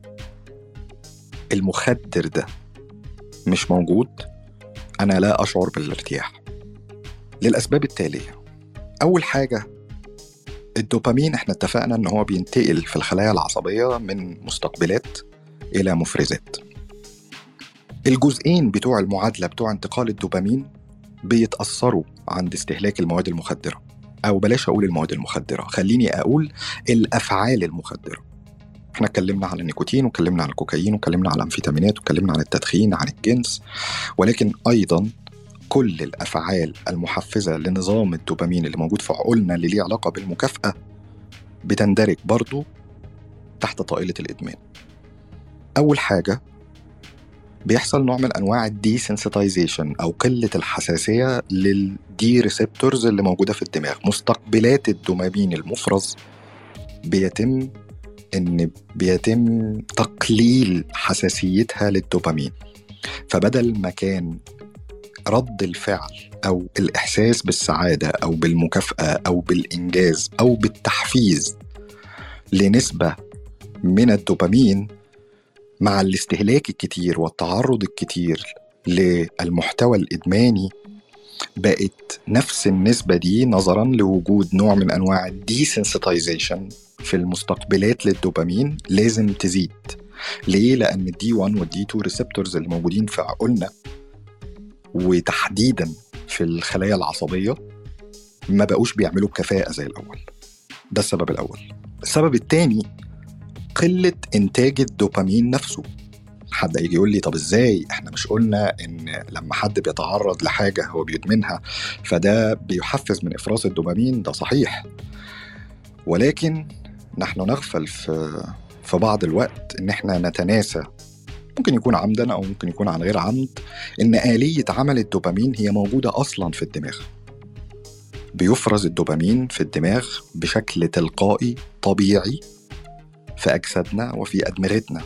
المخدر ده مش موجود أنا لا أشعر بالارتياح للأسباب التالية. أول حاجة، الدوبامين احنا اتفقنا ان هو بينتقل في الخلايا العصبية من مستقبلات الى مفرزات. الجزئين بتوع المعادلة بتوع انتقال الدوبامين بيتأثروا عند استهلاك المواد المخدرة، او بلاش اقول المواد المخدرة، خليني اقول الافعال المخدرة. احنا اتكلمنا عن النيكوتين واتكلمنا عن الكوكايين واتكلمنا عن الامفيتامينات واتكلمنا عن التدخين، عن الجنس، ولكن ايضا كل الأفعال المحفزة لنظام الدوبامين اللي موجود في عقولنا اللي ليه علاقة بالمكافأة بتندرج برضو تحت طائلة الإدمان. أول حاجة بيحصل نوع من أنواع الديسنسيتايزيشن أو قلة الحساسية للدي ريسبتورز اللي موجودة في الدماغ. مستقبلات الدوبامين المفرز بيتم إن بيتم تقليل حساسيتها للدوبامين، فبدل ما كان رد الفعل أو الإحساس بالسعادة أو بالمكافأة أو بالإنجاز أو بالتحفيز لنسبة من الدوبامين، مع الاستهلاك الكتير والتعرض الكتير للمحتوى الإدماني بقت نفس النسبة دي نظراً لوجود نوع من أنواع الديسنسيتايزيشن في المستقبلات للدوبامين لازم تزيد. ليه؟ لأن الدي واحد والدي اتنين ريسبتورز اللي موجودين في عقولنا وتحديداً في الخلايا العصبية ما بقوش بيعملوا بكفاءة زي الأول. ده السبب الأول. السبب الثاني قلة إنتاج الدوبامين نفسه. حد يجي يقول لي طب ازاي احنا مش قلنا ان لما حد بيتعرض لحاجة هو بيدمنها فده بيحفز من افراز الدوبامين؟ ده صحيح، ولكن نحن نغفل في في بعض الوقت ان احنا نتناسى، ممكن يكون عمدا او ممكن يكون عن غير عمد، ان آلية عمل الدوبامين هي موجودة اصلا في الدماغ. بيفرز الدوبامين في الدماغ بشكل تلقائي طبيعي في أجسادنا وفي أدمغتنا.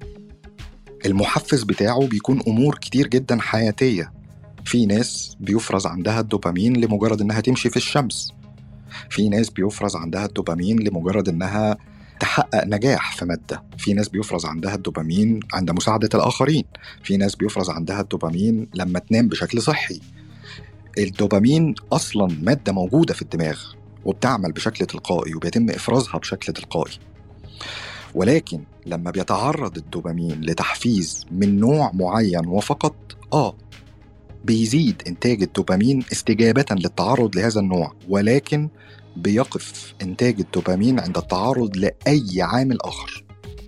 المحفز بتاعه بيكون أمور كتير جدا حياتية. في ناس بيفرز عندها الدوبامين لمجرد إنها تمشي في الشمس، في ناس بيفرز عندها الدوبامين لمجرد إنها تحقق نجاح في مادة، في ناس بيفرز عندها الدوبامين عند مساعدة الآخرين، في ناس بيفرز عندها الدوبامين لما تنام بشكل صحي. الدوبامين أصلاً مادة موجودة في الدماغ وبتعمل بشكل تلقائي وبيتم إفرازها بشكل تلقائي، ولكن لما بيتعرض الدوبامين لتحفيز من نوع معين وفقط آه بيزيد إنتاج الدوبامين استجابة للتعرض لهذا النوع، ولكن بيقف إنتاج الدوبامين عند التعرض لأي عامل آخر.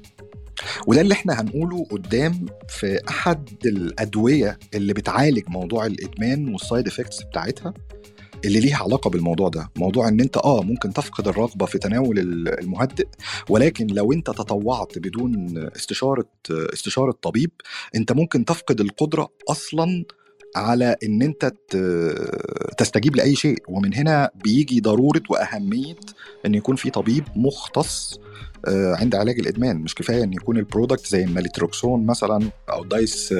وده اللي احنا هنقوله قدام في أحد الأدوية اللي بتعالج موضوع الإدمان والسايد إفكتس بتاعتها اللي ليها علاقة بالموضوع ده. موضوع ان انت اه ممكن تفقد الرغبة في تناول المهدئ، ولكن لو انت تطوعت بدون استشارة استشارة طبيب انت ممكن تفقد القدرة اصلا على ان انت تستجيب لأي شيء. ومن هنا بيجي ضرورة وأهمية ان يكون في طبيب مختص عند علاج الإدمان. مش كفاية ان يكون البرودكت زي الناليتروكسون مثلا او دايس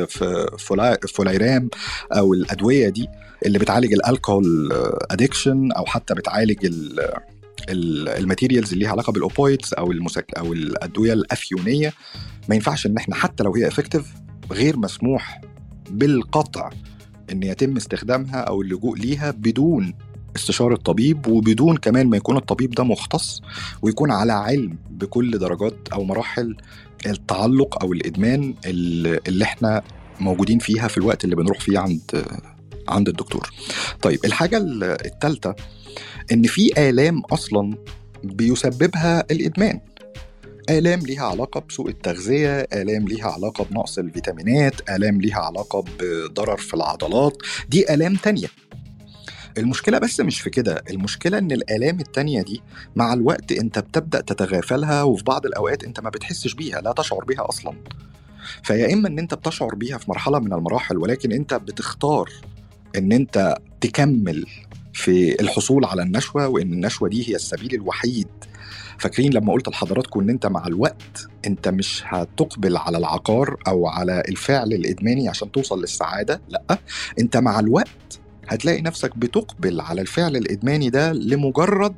فولايرام او الأدوية دي اللي بتعالج الالكول ادكشن او حتى بتعالج الماتيريالز اللي ليها علاقه بالاوبويدز او المسك او الادويه الافيونيه، ما ينفعش ان احنا حتى لو هي افكتيف غير مسموح بالقطع ان يتم استخدامها او اللجوء ليها بدون استشارة طبيب، وبدون كمان ما يكون الطبيب ده مختص ويكون على علم بكل درجات او مراحل التعلق او الادمان اللي احنا موجودين فيها في الوقت اللي بنروح فيه عند عند الدكتور. طيب الحاجة الثالثة ان في آلام اصلا بيسببها الادمان، آلام ليها علاقة بسوء التغذية، آلام ليها علاقة بنقص الفيتامينات، آلام ليها علاقة بضرر في العضلات، دي آلام تانية. المشكلة بس مش في كده، المشكلة ان الآلام التانية دي مع الوقت انت بتبدأ تتغافلها، وفي بعض الأوقات انت ما بتحسش بيها، لا تشعر بيها اصلا. فيا إما ان انت بتشعر بيها في مرحلة من المراحل ولكن انت بتختار ان انت تكمل في الحصول على النشوة، وان النشوة دي هي السبيل الوحيد. فاكرين لما قلت لحضراتكم ان انت مع الوقت انت مش هتقبل على العقار او على الفعل الادماني عشان توصل للسعادة، لا، انت مع الوقت هتلاقي نفسك بتقبل على الفعل الادماني ده لمجرد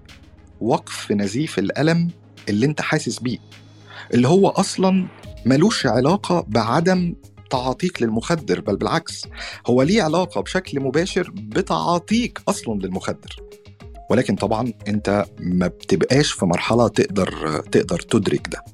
وقف نزيف الألم اللي انت حاسس بيه، اللي هو اصلا ملوش علاقة بعدم تعاطيك للمخدر، بل بالعكس هو ليه علاقة بشكل مباشر بتعاطيك أصلا للمخدر. ولكن طبعا انت ما بتبقاش في مرحلة تقدر تقدر تدرك ده.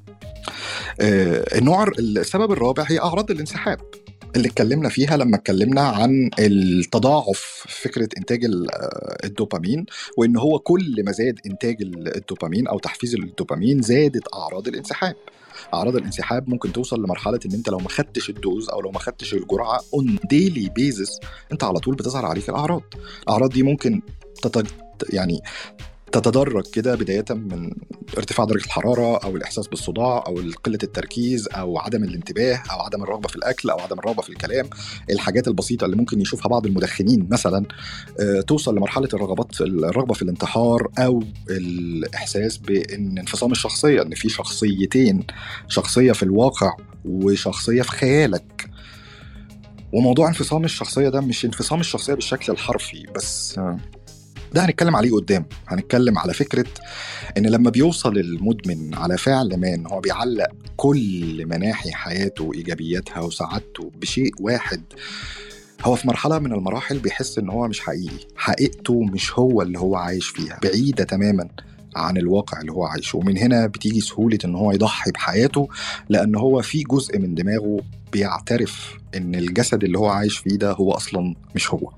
آه النوع السبب الرابع هي أعراض الانسحاب اللي اتكلمنا فيها لما اتكلمنا عن التضاعف فكرة إنتاج الدوبامين، وإن هو كل ما زاد إنتاج الدوبامين أو تحفيز الدوبامين زادت أعراض الانسحاب. أعراض الانسحاب ممكن توصل لمرحلة إن أنت لو ما خدتش الدوز أو لو ما خدتش الجرعة on daily basis أنت على طول بتظهر عليك الأعراض. الأعراض دي ممكن تتج... يعني تتدرج كده بداية من ارتفاع درجة الحرارة أو الإحساس بالصداع أو قلة التركيز أو عدم الانتباه أو عدم الرغبة في الأكل أو عدم الرغبة في الكلام، الحاجات البسيطة اللي ممكن يشوفها بعض المدخنين مثلا. اه توصل لمرحلة الرغبات الرغبة في الانتحار أو الإحساس بأن انفصام الشخصية، أن في شخصيتين، شخصية في الواقع وشخصية في خيالك. وموضوع انفصام الشخصية ده مش انفصام الشخصية بالشكل الحرفي بس، ده هنتكلم عليه قدام. هنتكلم على فكرة ان لما بيوصل المدمن على فعل ما ان هو بيعلق كل مناحي حياته وايجابياتها وسعادته بشيء واحد، هو في مرحلة من المراحل بيحس ان هو مش حقيقي، حقيقته مش هو اللي هو عايش فيها، بعيدة تماما عن الواقع اللي هو عايشه. ومن هنا بتيجي سهولة ان هو يضحي بحياته، لان هو في جزء من دماغه بيعترف ان الجسد اللي هو عايش فيه ده هو اصلا مش هو.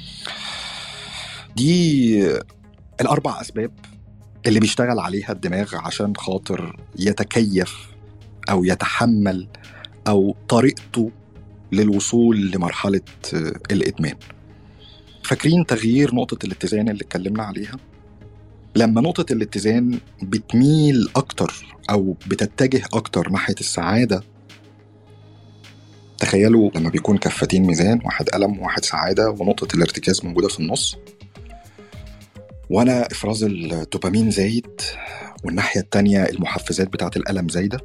دي الأربع أسباب اللي بيشتغل عليها الدماغ عشان خاطر يتكيف أو يتحمل أو طريقته للوصول لمرحلة الإدمان. فاكرين تغيير نقطة الاتزان اللي اتكلمنا عليها؟ لما نقطة الاتزان بتميل أكتر أو بتتجه أكتر ناحية السعادة، تخيلوا لما بيكون كفتين ميزان، واحد ألم وواحد سعادة، ونقطة الارتكاز موجودة في النص، وأنا إفراز الدوبامين زايد، والناحية التانية المحفزات بتاعت الألم زايدة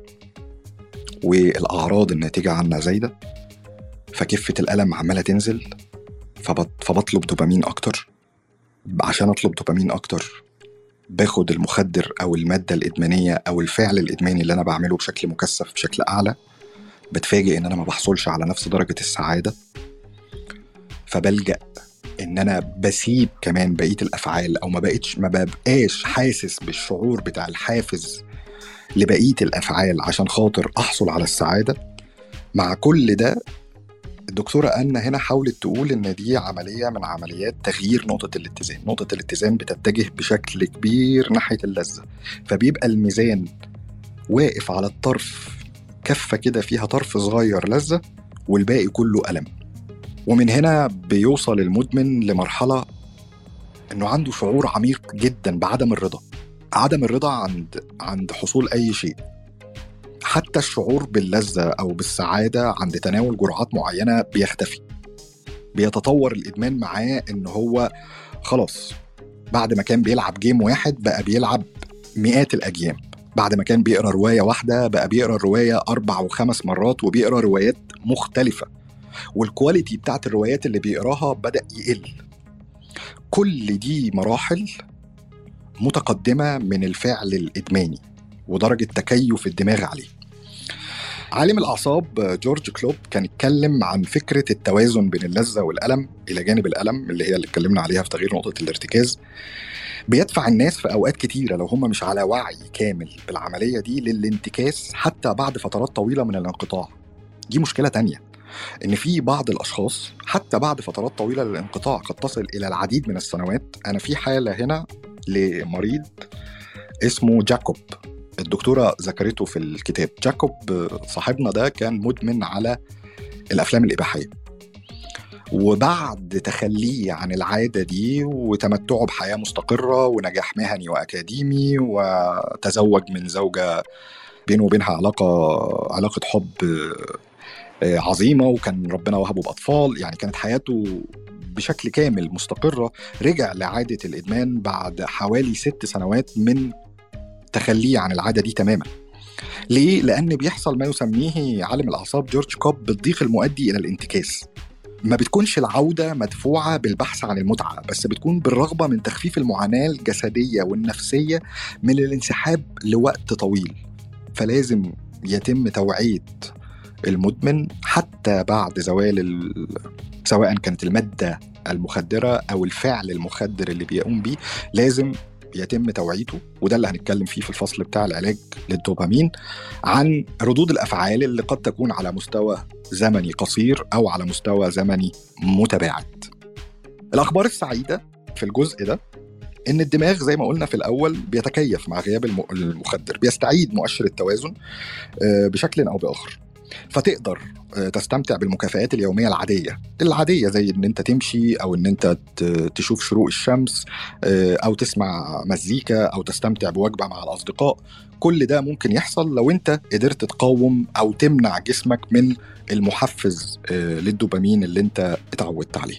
والأعراض الناتجة عنها زايدة، فكفة الألم عمالة تنزل، فبطلب دوبامين أكتر. عشان أطلب دوبامين أكتر باخد المخدر أو المادة الإدمانية أو الفعل الإدماني اللي أنا بعمله بشكل مكثف بشكل أعلى، بتفاجئ إن أنا ما بحصلش على نفس درجة السعادة، فبلجأ إن أنا بسيب كمان بقية الأفعال، أو ما بقيتش ما ببقاش حاسس بالشعور بتاع الحافز لبقية الأفعال عشان خاطر أحصل على السعادة. مع كل ده الدكتورة أنا هنا حاولت تقول إن دي عملية من عمليات تغيير نقطة الاتزان. نقطة الاتزان بتتجه بشكل كبير ناحية اللذة، فبيبقى الميزان واقف على الطرف، كفة كده فيها طرف صغير لذة والباقي كله ألم. ومن هنا بيوصل المدمن لمرحلة إنه عنده شعور عميق جدا بعدم الرضا، عدم الرضا عند عند حصول أي شيء. حتى الشعور باللذة أو بالسعادة عند تناول جرعات معينة بيختفي. بيتطور الإدمان معاه إنه هو خلاص بعد ما كان بيلعب جيم واحد بقى بيلعب مئات الأجيام، بعد ما كان بيقرأ رواية واحدة بقى بيقرأ الرواية أربع وخمس مرات وبيقرأ روايات مختلفة، والكواليتي بتاعت الروايات اللي بيقراها بدأ يقل. كل دي مراحل متقدمة من الفعل الإدماني ودرجة تكيف الدماغ عليه. عالم الأعصاب جورج كلوب كان يتكلم عن فكرة التوازن بين اللذة والألم إلى جانب الألم اللي هي اللي اتكلمنا عليها في تغيير نقطة الارتكاز. بيدفع الناس في أوقات كتيرة لو هم مش على وعي كامل بالعملية دي للانتكاس حتى بعد فترات طويلة من الانقطاع. دي مشكلة تانية، إن في بعض الأشخاص حتى بعد فترات طويلة للانقطاع قد تصل إلى العديد من السنوات. أنا في حالة هنا لمريض اسمه جاكوب، الدكتورة ذكرته في الكتاب. جاكوب صاحبنا ده كان مدمن على الأفلام الإباحية، وبعد تخليه عن العادة دي وتمتعه بحياة مستقرة ونجاح مهني وأكاديمي وتزوج من زوجة بينه وبينها علاقة علاقة حب عظيمة، وكان ربنا وهبه بأطفال، يعني كانت حياته بشكل كامل مستقرة، رجع لعادة الإدمان بعد حوالي ست سنوات من تخليه عن العادة دي تماما. ليه؟ لأن بيحصل ما يسميه عالم الأعصاب جورج كوب بالضيق المؤدي إلى الانتكاس. ما بتكونش العودة مدفوعة بالبحث عن المتعة، بس بتكون بالرغبة من تخفيف المعاناة الجسدية والنفسية من الانسحاب لوقت طويل. فلازم يتم توعية المدمن حتى بعد زوال ال... سواء كانت المادة المخدرة أو الفعل المخدر اللي بيقوم بيه، لازم يتم توعيته. وده اللي هنتكلم فيه في الفصل بتاع العلاج للدوبامين، عن ردود الأفعال اللي قد تكون على مستوى زمني قصير أو على مستوى زمني متباعد. الأخبار السعيدة في الجزء ده إن الدماغ زي ما قلنا في الأول بيتكيف مع غياب المخدر، بيستعيد مؤشر التوازن بشكل أو بآخر، فتقدر تستمتع بالمكافآت اليومية العادية العادية زي إن أنت تمشي أو إن أنت تشوف شروق الشمس أو تسمع مزيكا أو تستمتع بوجبة مع الأصدقاء. كل ده ممكن يحصل لو أنت قدرت تقاوم أو تمنع جسمك من المحفز للدوبامين اللي أنت اتعودت عليه.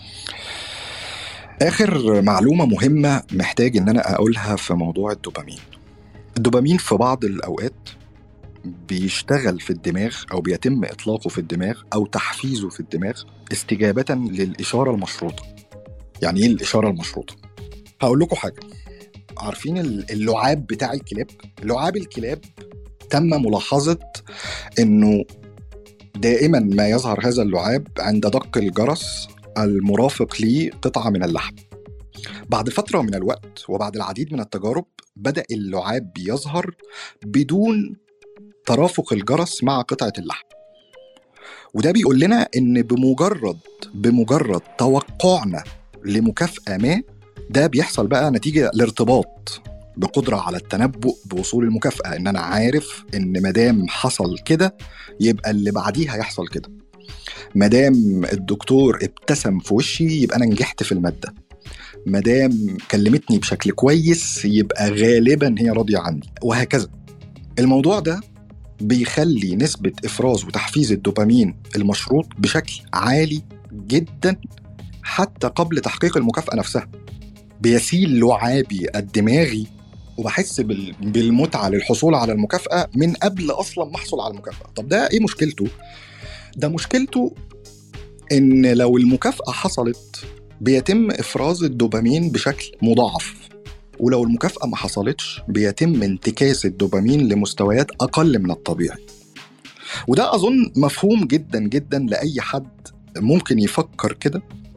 آخر معلومة مهمة محتاج إن أنا أقولها في موضوع الدوبامين. الدوبامين في بعض الأوقات بيشتغل في الدماغ أو بيتم إطلاقه في الدماغ أو تحفيزه في الدماغ استجابة للإشارة المشروطة. يعني إيه الإشارة المشروطة؟ هقول لكم حاجة. عارفين اللعاب بتاع الكلاب؟ لعاب الكلاب تم ملاحظة إنه دائما ما يظهر هذا اللعاب عند دق الجرس المرافق ليه قطعة من اللحم. بعد فترة من الوقت وبعد العديد من التجارب بدأ اللعاب يظهر بدون ترافق الجرس مع قطعة اللحم. وده بيقول لنا إن بمجرد بمجرد توقعنا لمكافأة ما، ده بيحصل بقى نتيجة لارتباط بقدرة على التنبؤ بوصول المكافأة، إن أنا عارف إن مدام حصل كده يبقى اللي بعديها هيحصل كده، مدام الدكتور ابتسم في وشي يبقى أنا نجحت في المادة، مدام كلمتني بشكل كويس يبقى غالبا هي راضية عني، وهكذا. الموضوع ده بيخلي نسبة إفراز وتحفيز الدوبامين المشروط بشكل عالي جدا حتى قبل تحقيق المكافأة نفسها. بيسيل لعابي الدماغي وبحس بالمتعة للحصول على المكافأة من قبل أصلا ما أحصل على المكافأة. طب ده إيه مشكلته؟ ده مشكلته إن لو المكافأة حصلت بيتم إفراز الدوبامين بشكل مضاعف، ولو المكافأة ما حصلتش بيتم انتكاس الدوبامين لمستويات أقل من الطبيعي. وده أظن مفهوم جدا جدا لأي حد ممكن يفكر كده.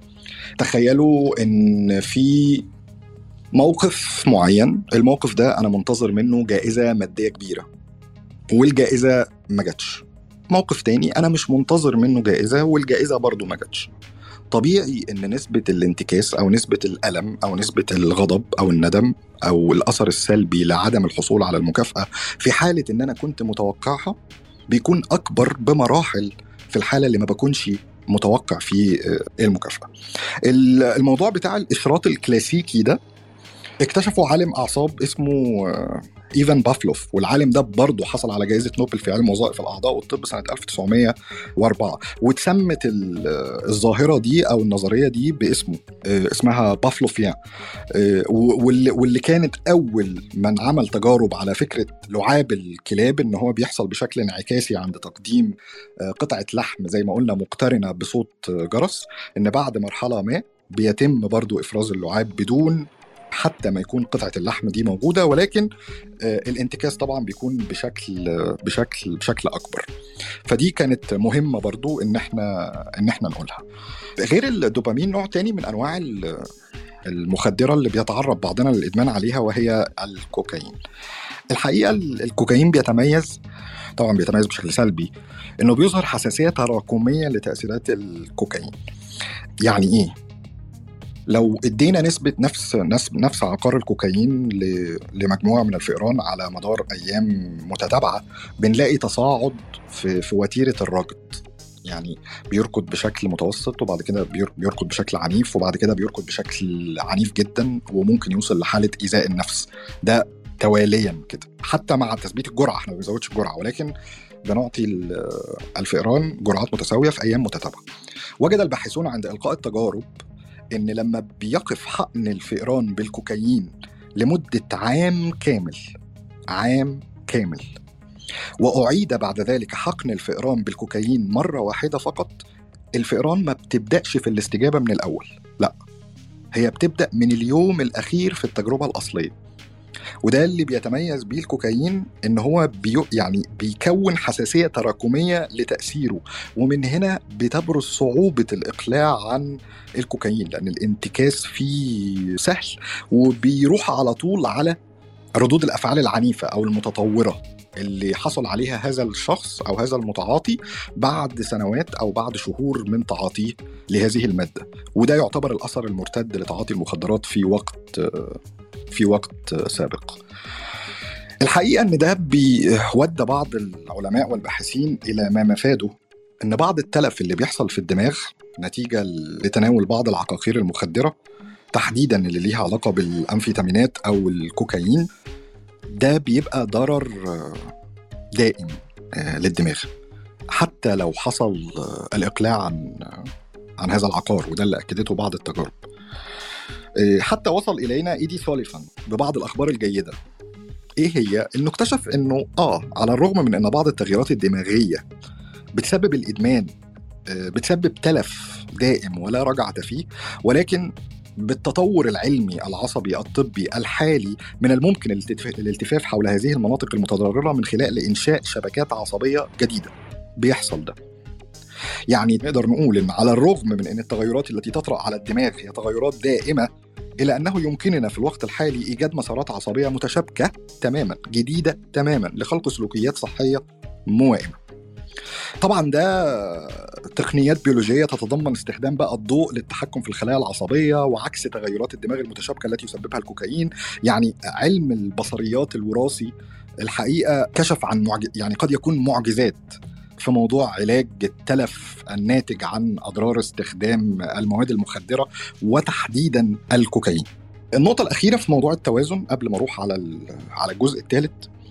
تخيلوا إن في موقف معين، الموقف ده أنا منتظر منه جائزة مادية كبيرة والجائزة ما جاتش. موقف تاني أنا مش منتظر منه جائزة والجائزة برضو ما جاتش. طبيعي إن نسبة الانتكاس أو نسبة الألم أو نسبة الغضب أو الندم أو الأثر السلبي لعدم الحصول على المكافأة في حالة إن أنا كنت متوقعها بيكون أكبر بمراحل في الحالة اللي ما بكونش متوقع في المكافأة. الموضوع بتاع الإشراط الكلاسيكي ده اكتشفوا عالم أعصاب اسمه إيفان بافلوف، والعالم ده برضه حصل على جائزة نوبل في علم وظائف الأعضاء والطب سنة ألف وتسعمية وأربعة، واتسمت الظاهرة دي أو النظرية دي باسمه، اسمها بافلوفيان، واللي كانت أول من عمل تجارب على فكرة لعاب الكلاب إن هو بيحصل بشكل انعكاسي عند تقديم قطعة لحم زي ما قلنا مقترنة بصوت جرس، إن بعد مرحلة ما بيتم برضه إفراز اللعاب بدون حتى ما يكون قطعة اللحم دي موجودة، ولكن آه الانتكاس طبعا بيكون بشكل بشكل بشكل أكبر. فدي كانت مهمة برضو إن إحنا إن إحنا نقولها. غير الدوبامين نوع تاني من أنواع المخدرة اللي بيتعرض بعضنا للإدمان عليها وهي الكوكايين. الحقيقة الكوكايين بيتميز طبعا بيتميز بشكل سلبي إنه بيظهر حساسية تراكمية لتأثيرات الكوكايين. يعني إيه؟ لو ادينا نسبة نفس نفس عقار الكوكايين لمجموعة من الفئران على مدار أيام متتابعة بنلاقي تصاعد في, في وتيرة الركض، يعني بيركض بشكل متوسط وبعد كده بيركض بشكل عنيف وبعد كده بيركض بشكل عنيف جدا وممكن يوصل لحالة إيذاء النفس، ده تواليا كده. حتى مع تثبيت الجرعة احنا ما بنزودش الجرعة ولكن بنعطي الفئران جرعات متساوية في أيام متتابعة. وجد الباحثون عند إلقاء التجارب إن لما بيقف حقن الفئران بالكوكايين لمدة عام كامل عام كامل وأعيد بعد ذلك حقن الفئران بالكوكايين مرة واحدة فقط، الفئران ما بتبدأش في الاستجابة من الأول، لا هي بتبدأ من اليوم الأخير في التجربة الأصلية. وده اللي بيتميز بيه الكوكايين إن هو بيو يعني بيكون حساسية تراكمية لتأثيره، ومن هنا بتبرز صعوبة الإقلاع عن الكوكايين لأن الانتكاس فيه سهل وبيروح على طول على ردود الأفعال العنيفة أو المتطورة اللي حصل عليها هذا الشخص أو هذا المتعاطي بعد سنوات أو بعد شهور من تعاطيه لهذه المادة. وده يعتبر الأثر المرتد لتعاطي المخدرات في وقت في وقت سابق. الحقيقة أن ده بيودى بعض العلماء والباحثين إلى ما مفاده أن بعض التلف اللي بيحصل في الدماغ نتيجة لتناول بعض العقاقير المخدرة تحديداً اللي ليها علاقة بالأمفيتامينات أو الكوكايين ده بيبقى ضرر دائم للدماغ حتى لو حصل الإقلاع عن عن هذا العقار، وده اللي أكدته بعض التجارب. حتى وصل إلينا إيدي سوليفان ببعض الأخبار الجيدة. إيه هي؟ إنه اكتشف إنه آه على الرغم من إن بعض التغييرات الدماغية بتسبب الإدمان بتسبب تلف دائم ولا رجعة فيه، ولكن بالتطور العلمي العصبي الطبي الحالي من الممكن الالتفاف حول هذه المناطق المتضررة من خلال إنشاء شبكات عصبية جديدة. بيحصل ده، يعني نقدر نقول إن على الرغم من أن التغيرات التي تطرأ على الدماغ هي تغيرات دائمة، إلا أنه يمكننا في الوقت الحالي إيجاد مسارات عصبية متشابكة تماما جديدة تماما لخلق سلوكيات صحية موائمة. طبعا ده تقنيات بيولوجية تتضمن استخدام بقى الضوء للتحكم في الخلايا العصبية وعكس تغيرات الدماغ المتشابكة التي يسببها الكوكايين. يعني علم البصريات الوراثي الحقيقة كشف عن معج... يعني قد يكون معجزات في موضوع علاج التلف الناتج عن أضرار استخدام المواد المخدرة وتحديدا الكوكايين. النقطة الأخيرة في موضوع التوازن قبل ما أروح على على الجزء الثالث،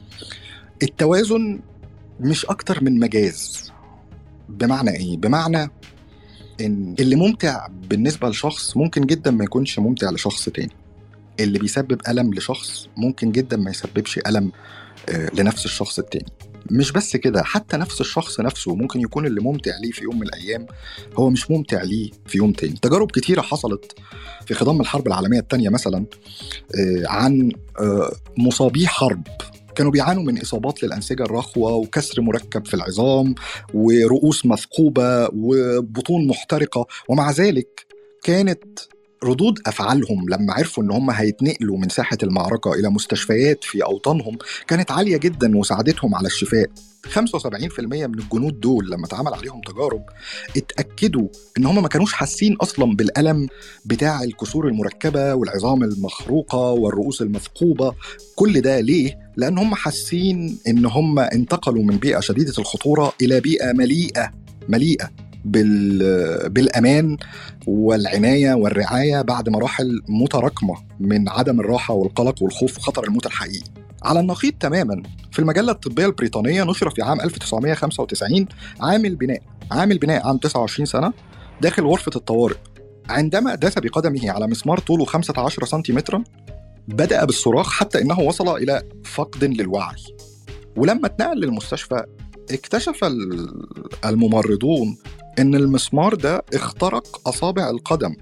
التوازن مش أكتر من مجاز. بمعنى إيه؟ بمعنى إن اللي ممتع بالنسبة لشخص ممكن جدا ما يكونش ممتع لشخص تاني. اللي بيسبب ألم لشخص ممكن جدا ما يسببش ألم لنفس الشخص التاني. مش بس كده، حتى نفس الشخص نفسه ممكن يكون اللي ممتع ليه في يوم من الأيام هو مش ممتع ليه في يوم تاني. تجارب كتيرة حصلت في خضم الحرب العالمية الثانية مثلا عن مصابي حرب كانوا بيعانوا من إصابات للأنسجة الرخوة وكسر مركب في العظام ورؤوس مثقوبة وبطون محترقة، ومع ذلك كانت ردود أفعالهم لما عرفوا إن هم هيتنقلوا من ساحة المعركة إلى مستشفيات في أوطانهم كانت عالية جدا وساعدتهم على الشفاء. خمسة وسبعين بالمية من الجنود دول لما اتعمل عليهم تجارب اتأكدوا إن هم ما كانوش حاسين أصلا بالألم بتاع الكسور المركبة والعظام المخروقة والرؤوس المثقوبة. كل ده ليه؟ لأن هم حاسين إن هم انتقلوا من بيئة شديدة الخطورة إلى بيئة مليئة مليئة بالأمان والعناية والرعاية بعد مراحل متراكمة من عدم الراحة والقلق والخوف وخطر الموت الحقيقي. على النقيض تماما في المجلة الطبية البريطانية نشر في عام ألف وتسعمائة وخمسة وتسعين عامل بناء عامل بناء عام تسعة وعشرين سنة داخل غرفة الطوارئ عندما داس بقدمه على مسمار طوله خمسة عشر سنتيمترا بدأ بالصراخ حتى إنه وصل إلى فقد للوعي. ولما اتنقل للمستشفى اكتشف الممرضون إن المسمار ده اخترق أصابع القدم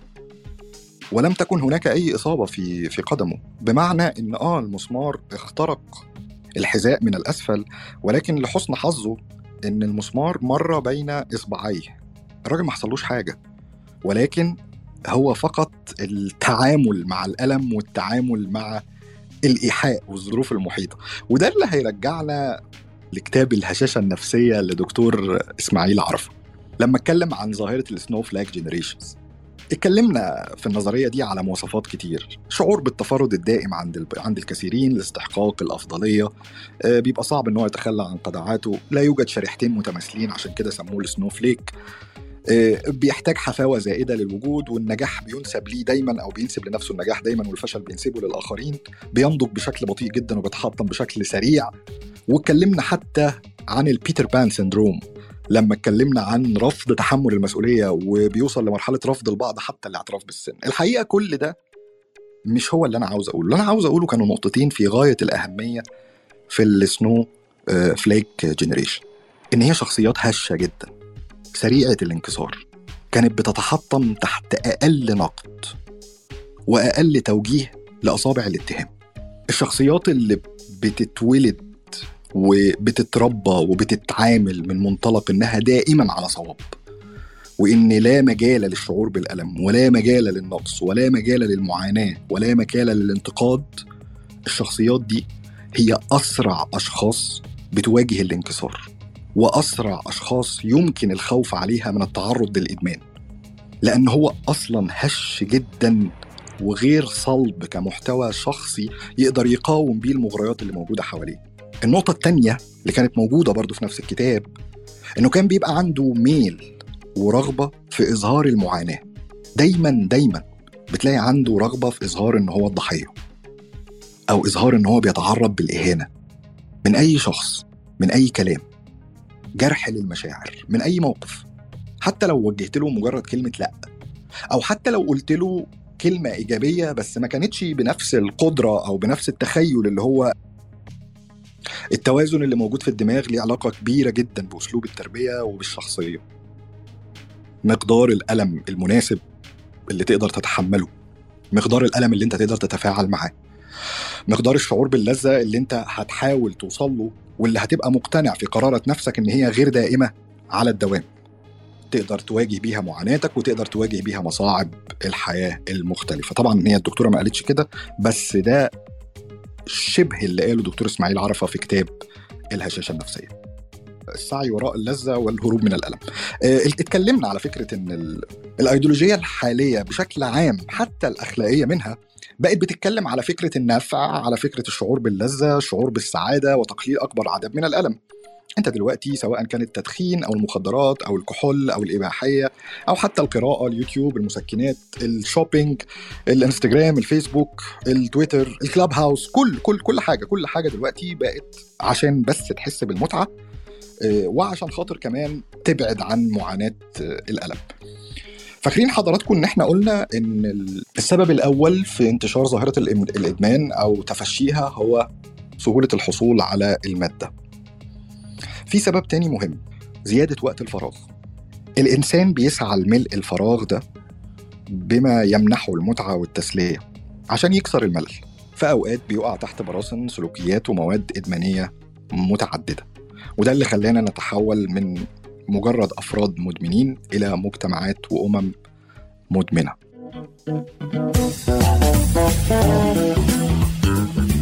ولم تكن هناك أي إصابة في في قدمه. بمعنى إن آه المسمار اخترق الحذاء من الأسفل، ولكن لحسن حظه إن المسمار مر بين إصبعيه. الراجل ما حصلوش حاجة، ولكن هو فقط التعامل مع الألم والتعامل مع الإيحاء والظروف المحيطة. وده اللي هيرجعنا لكتاب الهشاشة النفسية لدكتور إسماعيل عرفة لما اتكلم عن ظاهرة السنو فلاج جينيريشنز. اتكلمنا في النظرية دي على مواصفات كتير: شعور بالتفرد الدائم عند عند الكثيرين، الاستحقاق، الأفضلية، آه بيبقى صعب إنه يتخلى عن قناعاته، لا يوجد شريحتين متماثلين عشان كده سموه السنو فليك، آه بيحتاج حفاوة زائدة للوجود، والنجاح بينسب ليه دايما أو بينسب لنفسه النجاح دايما والفشل بينسبه للآخرين، بينضج بشكل بطيء جدا وبيتحطم بشكل سريع. واتكلمنا حتى عن البيتر بان سيندروم لما اتكلمنا عن رفض تحمل المسؤولية وبيوصل لمرحلة رفض البعض حتى الاعتراف بالسن. الحقيقة كل ده مش هو اللي أنا عاوز أقوله. اللي أنا عاوز أقوله كانوا نقطتين في غاية الأهمية في السنو فليك جينيريشن: إن هي شخصيات هشة جدا سريعة الانكسار، كانت بتتحطم تحت أقل نقد وأقل توجيه لأصابع الاتهام. الشخصيات اللي بتتولد وبتتربى وبتتعامل من منطلق إنها دائما على صواب، وإن لا مجال للشعور بالألم ولا مجال للنقص ولا مجال للمعاناة ولا مجال للانتقاد. الشخصيات دي هي أسرع أشخاص بتواجه الانكسار، وأسرع أشخاص يمكن الخوف عليها من التعرض للإدمان، لأن هو أصلا هش جدا وغير صلب كمحتوى شخصي يقدر يقاوم بيه المغريات اللي موجودة حواليه. النقطة التانية اللي كانت موجودة برضو في نفس الكتاب إنه كان بيبقى عنده ميل ورغبة في إظهار المعاناة. دايما دايما بتلاقي عنده رغبة في إظهار إنه هو الضحية، أو إظهار إنه هو بيتعرض بالإهانة من أي شخص، من أي كلام، جرح للمشاعر، من أي موقف. حتى لو وجهت له مجرد كلمة لأ، أو حتى لو قلت له كلمة إيجابية بس ما كانتش بنفس القدرة أو بنفس التخيل اللي هو التوازن اللي موجود في الدماغ ليه علاقة كبيرة جدا بأسلوب التربية وبالشخصية. مقدار الألم المناسب اللي تقدر تتحمله، مقدار الألم اللي انت تقدر تتفاعل معاه، مقدار الشعور باللذة اللي انت هتحاول توصل له واللي هتبقى مقتنع في قرارة نفسك ان هي غير دائمة على الدوام، تقدر تواجه بيها معاناتك وتقدر تواجه بيها مصاعب الحياة المختلفة. طبعا هي الدكتورة ما قالتش كده، بس ده شبه اللي قاله دكتور إسماعيل عرفة في كتاب الهشاشة النفسية. السعي وراء اللذة والهروب من الألم. اتكلمنا على فكرة إن الأيديولوجية الحالية بشكل عام حتى الأخلاقية منها بقت بتتكلم على فكرة النفع، على فكرة الشعور باللذة، الشعور بالسعادة، وتقليل أكبر عدد من الألم. انت دلوقتي سواء كان التدخين او المخدرات او الكحول او الاباحيه او حتى القراءه، اليوتيوب، المسكنات، الشوبينج، الانستجرام، الفيسبوك، التويتر، الكلاب هاوس، كل كل كل حاجه كل حاجه دلوقتي بقت عشان بس تحس بالمتعه، وعشان خاطر كمان تبعد عن معاناه الالم. فاكرين حضراتكم ان احنا قلنا ان السبب الاول في انتشار ظاهره الادمان او تفشيها هو سهوله الحصول على الماده. في سبب تاني مهم، زيادة وقت الفراغ. الإنسان بيسعى لملء الفراغ ده بما يمنحه المتعة والتسلية عشان يكسر الملل. في أوقات بيقع تحت براثن سلوكيات ومواد إدمانية متعددة، وده اللي خلانا نتحول من مجرد أفراد مدمنين إلى مجتمعات وأمم مدمنة.